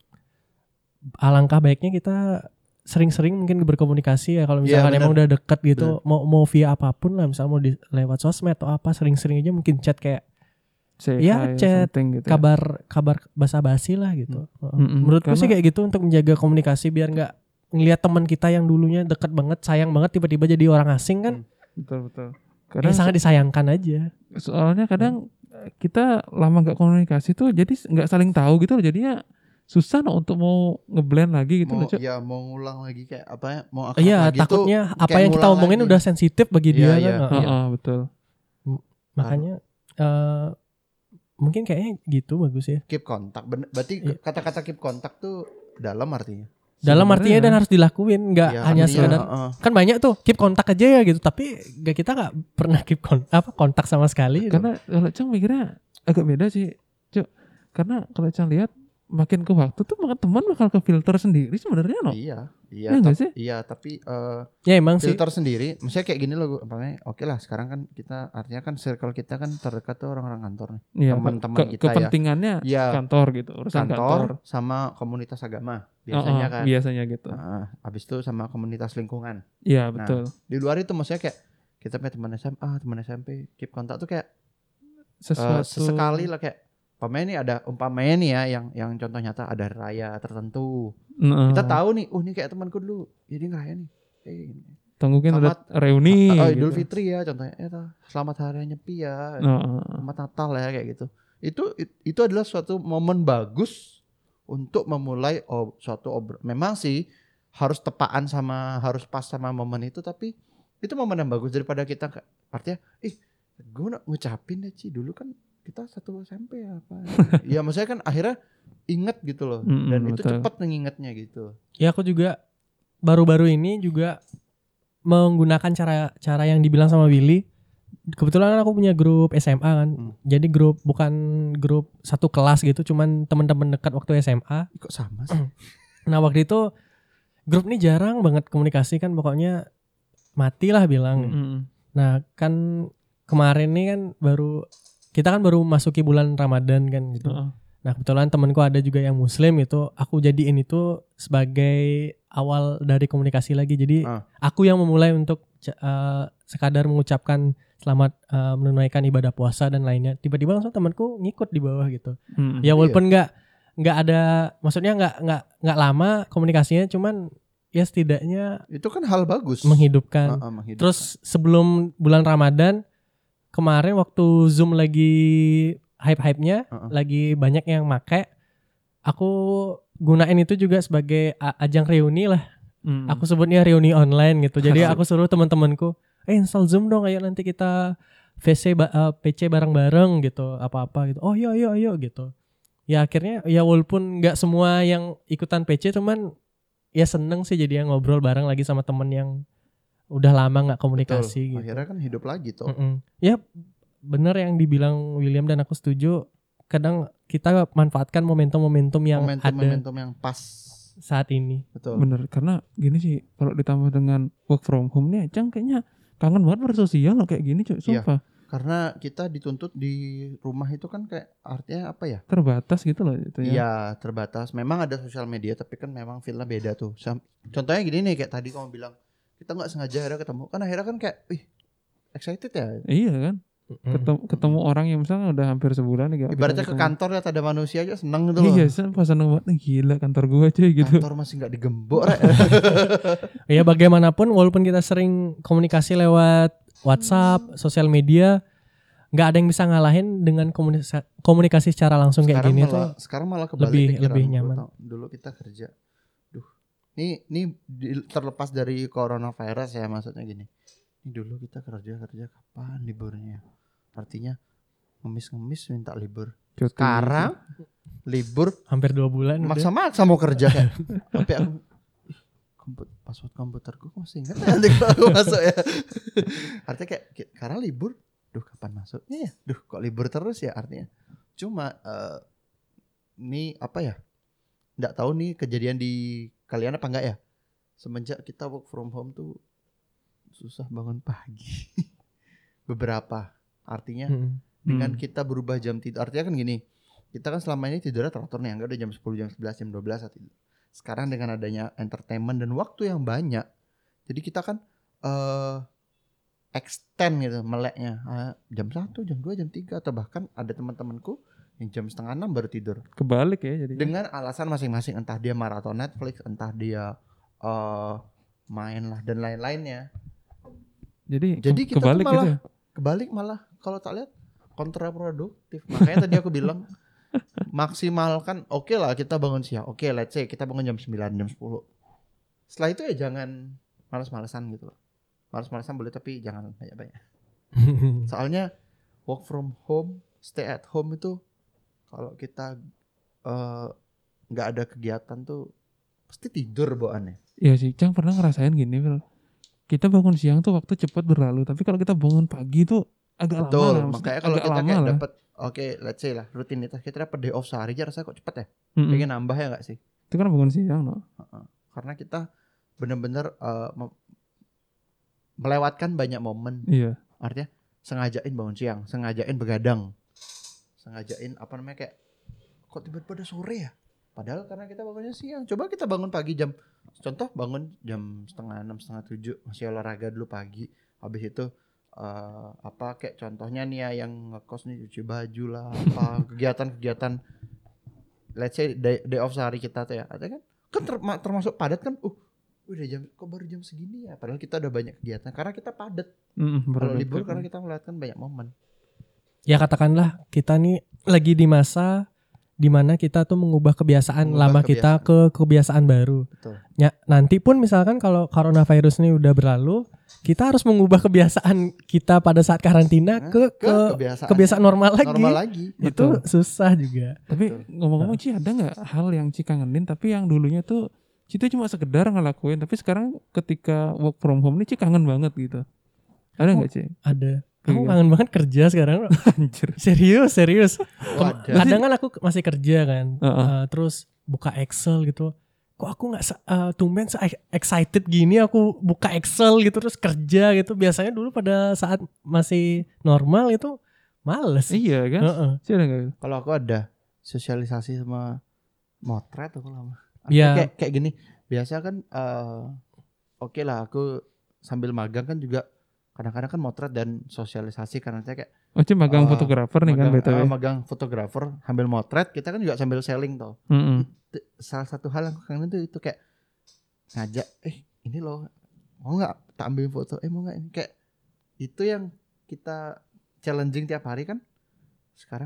Speaker 2: alangkah baiknya kita sering-sering mungkin berkomunikasi ya. Kalau misalkan
Speaker 3: Iya,
Speaker 2: emang udah deket gitu, mau via apapun lah, misalnya mau lewat sosmed atau apa, sering-sering aja mungkin chat kayak
Speaker 1: Say
Speaker 2: ya,
Speaker 1: hi or
Speaker 2: chat,
Speaker 1: something gitu.
Speaker 2: kabar basa-basi lah gitu. Menurutku sih kayak gitu untuk menjaga komunikasi biar nggak ngelihat teman kita yang dulunya deket banget, sayang banget tiba-tiba jadi orang asing kan.
Speaker 1: Betul.
Speaker 2: Ya sangat disayangkan aja.
Speaker 1: Soalnya kadang kita lama nggak komunikasi tuh jadi nggak saling tahu gitu loh, jadinya susah loh untuk mau ngeblend lagi gitu loh, Cuk.
Speaker 3: Ya mau ngulang lagi kayak apa ya, mau akrab
Speaker 2: Iya,
Speaker 3: lagi
Speaker 2: takutnya
Speaker 3: tuh
Speaker 2: apa
Speaker 3: kayak
Speaker 2: yang kita
Speaker 3: ngulang
Speaker 2: omongin
Speaker 3: lagi.
Speaker 2: udah sensitif bagi dia
Speaker 3: Iya,
Speaker 2: kan.
Speaker 3: iya.
Speaker 1: Betul.
Speaker 2: Makanya mungkin kayaknya gitu bagus ya.
Speaker 3: Keep kontak. Berarti kata-kata keep kontak tuh dalam artinya.
Speaker 2: Dalam artinya dan harus dilakuin, nggak
Speaker 3: Ya,
Speaker 2: hanya
Speaker 3: artinya,
Speaker 2: sekedar kan banyak tuh keep kontak aja ya gitu, tapi kita nggak pernah keep kontak sama sekali gitu.
Speaker 1: Karena kalau Cang mikirnya agak beda sih, Cuk. Karena kalau Cang lihat makin ke waktu tuh teman bakal ke filter sendiri sebenarnya loh.
Speaker 3: Iya,
Speaker 1: Iya nggak sih?
Speaker 3: Iya, tapi
Speaker 2: Ya emang sih.
Speaker 3: filter sendiri. Maksudnya kayak gini loh, oke lah sekarang kan kita artinya kan circle kita kan terdekat tuh orang-orang kantor nih.
Speaker 1: Iya,
Speaker 3: Teman-teman kita
Speaker 1: kepentingannya
Speaker 3: ya.
Speaker 1: kantor gitu, urusan kantor.
Speaker 3: Sama komunitas agama biasanya kan.
Speaker 1: Biasanya gitu.
Speaker 3: Habis itu sama komunitas lingkungan.
Speaker 1: Iya, betul.
Speaker 3: Di luar itu maksudnya kayak kita punya teman SMA, teman SMP, keep kontak tuh kayak
Speaker 1: Sesuatu
Speaker 3: sesekali lah, kayak umpamanya nih ya yang contoh nyata ada raya tertentu. Kita tahu nih, ini kayak temanku dulu, jadi ngeraya nih. Kayak gini.
Speaker 1: Mungkin ada reuni
Speaker 3: Idul
Speaker 1: gitu.
Speaker 3: Fitri ya contohnya, selamat hari nyepi ya, selamat Natal ya kayak gitu. Itu adalah suatu momen bagus untuk memulai suatu memang sih harus tepaan sama harus pas sama momen itu, tapi itu momen yang bagus daripada kita artinya gue ngucapin deh Ci, dulu kan kita satu SMP apa. Ya maksudnya kan akhirnya inget gitu loh, dan itu
Speaker 1: betul.
Speaker 3: cepat mengingatnya gitu.
Speaker 2: Ya aku juga baru-baru ini juga menggunakan cara yang dibilang sama Willy. Kebetulan aku punya grup SMA kan. Jadi bukan grup satu kelas gitu, cuman teman-teman dekat waktu SMA.
Speaker 3: Kok sama sih?
Speaker 2: Nah waktu itu grup ini jarang banget komunikasi kan, pokoknya matilah bilang. Nah kan kemarin nih kan kita baru masuki bulan Ramadan kan gitu. Nah kebetulan temanku ada juga yang Muslim itu, aku jadiin itu sebagai awal dari komunikasi lagi. Jadi aku yang memulai untuk sekadar mengucapkan selamat menunaikan ibadah puasa dan lainnya. Tiba-tiba langsung temanku ngikut di bawah gitu. Ya walaupun nggak ada, maksudnya nggak lama komunikasinya, cuman ya setidaknya
Speaker 3: itu kan hal bagus,
Speaker 2: menghidupkan. Terus sebelum bulan Ramadan kemarin waktu Zoom lagi hype-hypenya, lagi banyak yang make, aku gunain itu juga sebagai ajang reuni lah. Aku sebutnya reuni online gitu. Jadi aku suruh teman-temanku, install Zoom dong, ayo nanti kita PC bareng-bareng gitu, apa-apa gitu. Oh iya ayo gitu. Ya akhirnya ya walaupun nggak semua yang ikutan PC, cuman ya seneng sih jadi yang ngobrol bareng lagi sama temen yang udah lama nggak komunikasi.
Speaker 3: Betul.
Speaker 2: Gitu.
Speaker 3: Akhirnya kan hidup lagi tuh.
Speaker 2: Ya bener yang dibilang William dan aku setuju. Kadang kita manfaatkan momentum-momentum yang
Speaker 3: momentum yang pas
Speaker 2: saat ini.
Speaker 3: Betul.
Speaker 1: Bener, karena gini sih, kalau ditambah dengan work from home nih, Cang kayaknya kangen banget bersosial loh kayak gini, cuy. Sumpah.
Speaker 3: Karena kita dituntut di rumah itu kan kayak artinya apa ya?
Speaker 1: Terbatas gitu loh itu ya.
Speaker 3: Iya, terbatas. Memang ada sosial media tapi kan memang feelnya beda tuh. Contohnya gini nih, kayak tadi kamu bilang kita nggak sengaja akhirnya ketemu. Kan akhirnya kan kayak, excited ya.
Speaker 1: Iya kan. Ketemu orang yang misalnya udah hampir sebulan nih.
Speaker 3: Ibaratnya ke kantor lihat ada manusia aja seneng gitu loh.
Speaker 1: Iya, seneng banget nih, gila kantor gua aja gitu.
Speaker 3: Kantor masih nggak digembok.
Speaker 2: Ya bagaimanapun walaupun kita sering komunikasi lewat WhatsApp, sosial media, nggak ada yang bisa ngalahin dengan komunikasi secara langsung kayak gini tuh.
Speaker 3: Sekarang malah kebalik
Speaker 2: lebih nyaman.
Speaker 3: Dulu kita kerja. Ini terlepas dari coronavirus ya, maksudnya gini. Ini dulu kita kerja kapan liburnya? Artinya ngemis minta libur.
Speaker 1: Cuti.
Speaker 3: Sekarang libur
Speaker 2: hampir 2 bulan
Speaker 3: maksa mau kerja kayak. Tapi aku password komputerku masih ingat nanti kalau aku masuk ya. Artinya kayak karena libur, kapan masuknya ya? Kok libur terus ya artinya. Cuma ini apa ya? Nggak tahu nih kejadian di kalian apa enggak ya? Semenjak kita work from home tuh susah bangun pagi. Beberapa. Artinya dengan kita berubah jam tidur. Artinya kan gini, kita kan selama ini tidurnya teratur nih, enggak ada jam 10, jam 11, jam 12 saat tidur. Sekarang dengan adanya entertainment dan waktu yang banyak, jadi kita kan extend gitu meleknya. Jam 1, jam 2, jam 3 atau bahkan ada teman-temanku yang jam 5:30 baru tidur.
Speaker 1: Kebalik ya jadi.
Speaker 3: Dengan alasan masing-masing, entah dia maraton Netflix, entah dia main lah dan lain-lainnya.
Speaker 1: Jadi
Speaker 3: kita
Speaker 1: kebalik
Speaker 3: tuh malah
Speaker 1: gitu.
Speaker 3: Kebalik malah kalau tak lihat kontraproduktif. Makanya tadi aku bilang maksimalkan oke lah kita bangun siang. Oke, let's say kita bangun jam 9, jam 10. Setelah itu ya jangan malas-malasan gitu loh. Malas-malasan boleh tapi jangan banyak-banyak. Soalnya work from home, stay at home itu kalau kita nggak ada kegiatan tuh pasti tidur bawaannya.
Speaker 1: Iya sih, Cang pernah ngerasain gini, Phil. Kita bangun siang tuh waktu cepat berlalu, tapi kalau kita bangun pagi tuh agak lama lah.
Speaker 3: Makanya kalau kita kayak dapat let's say lah rutinitas kita dapat day off sehari aja rasanya kok cepet ya. Pengen nambah ya nggak sih?
Speaker 1: Itu kan bangun siang loh.
Speaker 3: Karena kita benar-benar melewatkan banyak momen.
Speaker 1: Iya.
Speaker 3: Artinya sengajain bangun siang, sengajain begadang, sengajain kayak kok tiba-tiba udah sore ya? Padahal karena kita bangunnya siang. Coba kita bangun pagi contoh bangun jam 5:30, 6:30, 7 masih olahraga dulu pagi. Habis itu kayak contohnya nih ya yang ngekos nih cuci baju lah, kegiatan-kegiatan let's say day off sehari kita tuh ya. Ada kan termasuk padat kan. Udah kok baru jam segini ya? Padahal kita udah banyak kegiatan karena kita padat. Kalau libur karena kita melewatkan banyak momen.
Speaker 2: Ya katakanlah kita nih lagi di masa dimana kita tuh mengubah kebiasaan lama kita ke kebiasaan baru.
Speaker 3: Betul.
Speaker 2: Ya, nanti pun misalkan kalau coronavirus ini udah berlalu, kita harus mengubah kebiasaan kita pada saat karantina ke kebiasaan normal lagi. Itu susah juga.
Speaker 1: Tapi ngomong-ngomong Ci, ada nggak hal yang Ci kangenin tapi yang dulunya tuh Ci tuh cuma sekedar ngelakuin, tapi sekarang ketika work from home nih Ci kangen banget gitu. Ada nggak Ci?
Speaker 2: Ada. Aku kangen banget kerja sekarang.
Speaker 1: Anjir.
Speaker 2: Serius. Kadang kan aku masih kerja kan. Terus buka Excel gitu. Kok aku gak tumben excited gini aku buka Excel gitu terus kerja gitu. Biasanya dulu pada saat masih normal itu males.
Speaker 1: Iya kan?
Speaker 3: Kalau aku ada sosialisasi sama motret aku lama.
Speaker 2: Iya.
Speaker 3: Kayak gini. Biasa kan oke lah aku sambil magang kan juga kadang-kadang kan motret dan sosialisasi karena saya kayak
Speaker 1: magang fotografer nih kan BTW.
Speaker 3: Magang fotografer sambil motret kita kan juga sambil selling toh. Salah satu hal yang aku kangen itu kayak ngajak ini loh mau nggak tak ambil foto mau nggak ini kayak itu yang kita challenging tiap hari kan sekarang kok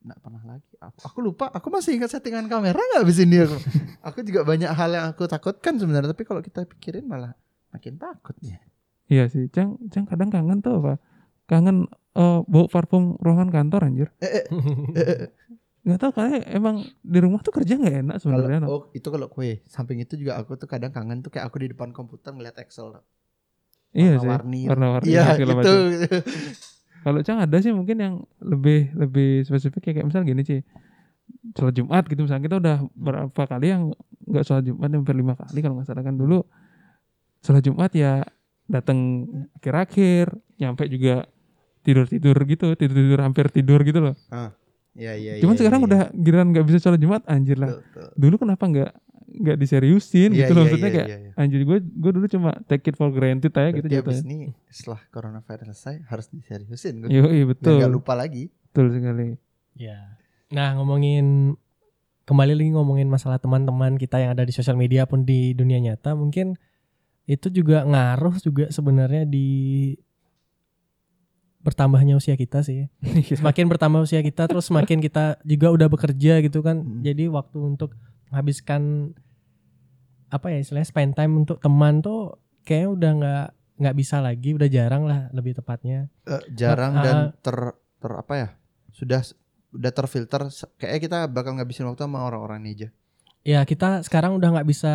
Speaker 3: nggak pernah lagi. Aku lupa. Aku masih ingat settingan kamera nggak abis ini aku. Aku juga banyak hal yang aku takutkan sebenarnya. Tapi kalau kita pikirin malah makin takut ya.
Speaker 1: Iya sih, Cang kadang kangen tuh apa? Kangen bau parfum ruangan kantor anjir. Nggak tahu kayak emang di rumah tuh kerja nggak enak sebenarnya.
Speaker 3: Itu kalau kue. Samping itu juga aku tuh kadang kangen tuh kayak aku di depan komputer ngeliat Excel.
Speaker 1: Iya sih.
Speaker 3: Warna-warni.
Speaker 1: Warna-warni.
Speaker 3: Iya
Speaker 1: segala
Speaker 3: gitu.
Speaker 1: macam. Kalau Cang ada sih mungkin yang lebih spesifik kayak misalnya gini sih. Sholat Jumat gitu misalnya kita udah berapa kali yang nggak sholat Jumat hampir 5 kali kalau nggak salah kan dulu. Sholat Jumat ya datang akhir-akhir, nyampe juga tidur gitu, tidur hampir tidur gitu loh.
Speaker 3: Iya.
Speaker 1: Cuman sekarang udah giliran nggak bisa sholat Jumat anjir lah.
Speaker 3: Betul.
Speaker 1: Dulu kenapa nggak diseriusin gitu loh maksudnya kayak
Speaker 3: iya.
Speaker 1: anjir gue dulu cuma take it for granted aja gitu
Speaker 3: Berarti abis
Speaker 1: jatuhnya.
Speaker 3: ini setelah coronavirus selesai harus diseriusin gue.
Speaker 1: Iya betul.
Speaker 3: Gak lupa lagi.
Speaker 1: Betul sekali.
Speaker 2: Ya. Nah, kembali lagi ngomongin masalah teman-teman kita yang ada di sosial media pun di dunia nyata, mungkin itu juga ngaruh juga sebenarnya di bertambahnya usia kita sih. Semakin bertambah usia kita, terus semakin kita juga udah bekerja gitu kan. Jadi waktu untuk menghabiskan apa ya istilahnya spend time untuk teman tuh kayaknya udah nggak bisa lagi, udah jarang lah lebih tepatnya.
Speaker 3: Jarang dan ter apa ya? Udah terfilter. Kayaknya kita bakal ngabisin waktu sama orang-orang ini aja.
Speaker 2: Ya kita sekarang udah nggak bisa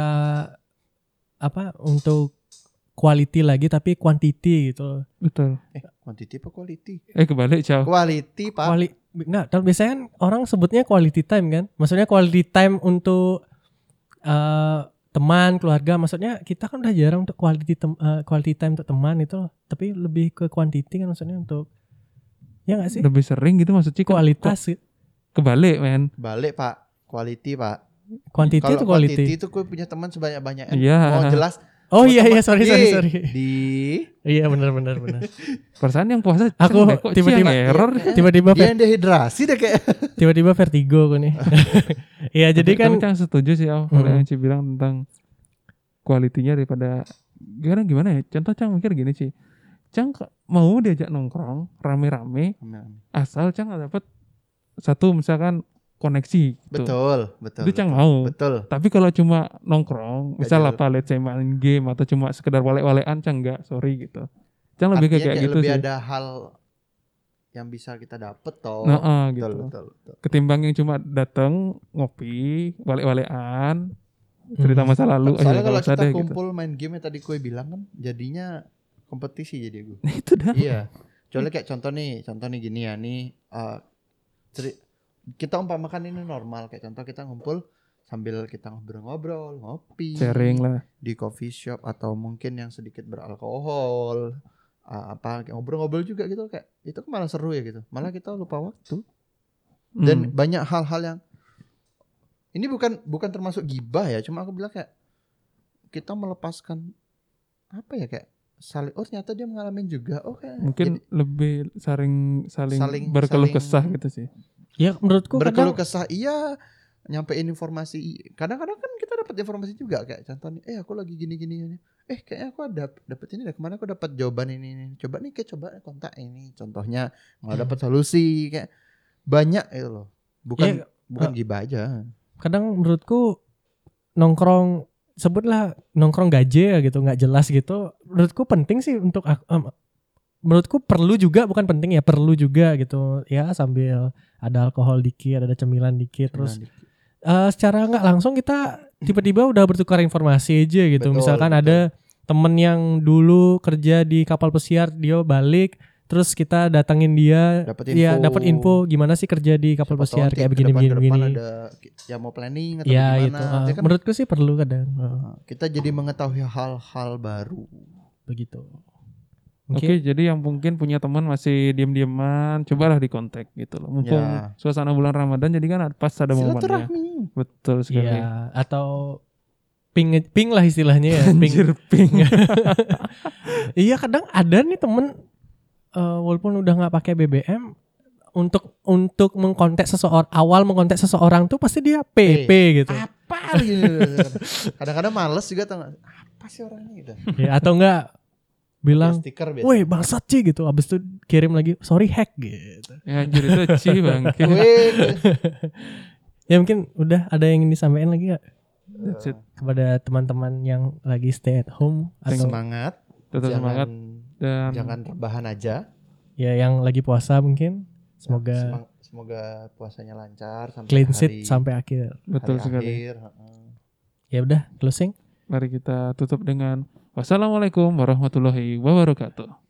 Speaker 2: untuk quality lagi tapi quantity gitu.
Speaker 1: Betul.
Speaker 3: Quantity apa quality?
Speaker 1: Kebalik jauh.
Speaker 3: Quality pak.
Speaker 2: Nggak, kalau biasanya kan orang sebutnya quality time kan. Maksudnya quality time untuk teman, keluarga. Maksudnya kita kan udah jarang untuk quality time untuk teman itu loh. Tapi lebih ke quantity kan maksudnya untuk ya nggak sih?
Speaker 1: Lebih sering gitu maksudnya
Speaker 2: Kualitas.
Speaker 1: Kebalik men.
Speaker 3: Balik pak. Quality pak.
Speaker 2: Quantity itu
Speaker 3: Kalau
Speaker 2: quality.
Speaker 3: quantity itu gue punya teman sebanyak-banyaknya.
Speaker 1: Iya.
Speaker 3: Oh jelas.
Speaker 2: Oh iya sorry.
Speaker 3: Iya
Speaker 2: benar.
Speaker 1: Perasaan yang puasa
Speaker 2: Aku
Speaker 1: kok
Speaker 2: tiba-tiba
Speaker 1: error.
Speaker 2: Tiba-tiba
Speaker 3: dia yang dehidrasi deh kayak.
Speaker 2: Tiba-tiba vertigo gue nih. Iya jadi kan
Speaker 1: Cang setuju sih kalau yang Ci bilang tentang kualitinya daripada gimana ya? Contoh Cang mikir gini sih. Cang mau diajak nongkrong rame-rame asal Cang dapat satu misalkan koneksi gitu.
Speaker 3: Betul.
Speaker 1: Itu Cang mau.
Speaker 3: Betul.
Speaker 1: Tapi kalau cuma nongkrong, misal
Speaker 3: Gak
Speaker 1: apa let's say main game atau cuma sekedar wale-walean Cang enggak, sorry gitu. Cang lebih kayak gitu
Speaker 3: lebih
Speaker 1: sih.
Speaker 3: ada hal yang bisa kita dapet toh.
Speaker 1: Gitu.
Speaker 3: Betul.
Speaker 1: Ketimbang yang cuma datang ngopi, wale-walean, cerita masa lalu
Speaker 3: Soalnya kalau kita
Speaker 1: deh,
Speaker 3: kumpul main game yang tadi gue bilang kan jadinya kompetisi jadi gue.
Speaker 1: Itu dah.
Speaker 3: Iya. Soalnya kayak contoh nih gini ya nih kita umpamakan ini normal kayak contoh kita ngumpul sambil kita ngobrol-ngobrol, ngopi,
Speaker 1: sharing lah
Speaker 3: di coffee shop atau mungkin yang sedikit beralkohol, kayak ngobrol-ngobrol juga gitu kayak itu kan malah seru ya gitu. Malah kita lupa waktu. Dan banyak hal-hal yang ini bukan termasuk gibah ya, cuma aku bilang kayak kita melepaskan apa ya kayak saling ternyata dia mengalami juga kayak
Speaker 1: mungkin lebih saling berkeluh kesah gitu sih.
Speaker 2: Ya menurutku
Speaker 3: berkeluh kesah iya, nyampein informasi. Kadang-kadang kan kita dapat informasi juga kayak contohnya aku lagi gini kayaknya aku dapat ini kemana aku dapat jawaban ini. Coba kontak ini. Contohnya malah dapat solusi kayak banyak itu loh. Bukan gibah aja.
Speaker 2: Kadang menurutku nongkrong sebutlah nongkrong gaje gitu, nggak jelas gitu. Menurutku penting sih untuk menurutku perlu juga, bukan penting ya, perlu juga gitu ya, sambil ada alkohol dikit, ada cemilan dikit, terus secara nggak langsung kita tiba-tiba udah bertukar informasi aja gitu. Misalkan ada temen yang dulu kerja di kapal pesiar, dia balik, terus kita datangin dia, dapat info gimana sih kerja di kapal pesiar kayak begini.
Speaker 3: Ada yang mau planning atau
Speaker 2: ya,
Speaker 3: gimana.
Speaker 2: Itu. Menurutku sih perlu kadang.
Speaker 3: Kita jadi mengetahui hal-hal baru.
Speaker 2: Begitu.
Speaker 1: Oke, jadi yang mungkin punya teman masih diem-dieman, cobalah di kontak gitu loh. Mumpung suasana bulan Ramadan jadi kan pas ada momennya. Betul sekali.
Speaker 2: Iya, atau ping lah istilahnya ya.
Speaker 1: Ping.
Speaker 2: Iya, kadang ada nih temen walaupun udah nggak pakai BBM, untuk mengkontak seseorang tuh pasti dia PP gitu.
Speaker 3: Apa gitu. Kadang-kadang males juga, tau gak? Apa sih orangnya gitu.
Speaker 2: Ya, atau enggak bilang,
Speaker 3: stiker biasa.
Speaker 2: woi bangsat Ci gitu. Abis itu kirim lagi, sorry hack gitu.
Speaker 1: Ya anjir itu Ci bangke.
Speaker 3: Weh,
Speaker 2: Ya mungkin udah ada yang ingin disampaikan lagi gak?
Speaker 1: That's it.
Speaker 2: Kepada teman-teman yang lagi stay at home atau
Speaker 3: semangat,
Speaker 1: Tetap semangat dan
Speaker 3: jangan rebahan aja.
Speaker 2: ya yang lagi puasa mungkin. Semoga
Speaker 3: Semoga puasanya lancar sampai
Speaker 2: clean
Speaker 3: hari,
Speaker 2: sheet sampai akhir.
Speaker 1: betul
Speaker 3: hari
Speaker 1: sekali.
Speaker 3: akhir.
Speaker 2: Ya udah closing.
Speaker 1: Mari kita tutup dengan wassalamualaikum warahmatullahi wabarakatuh.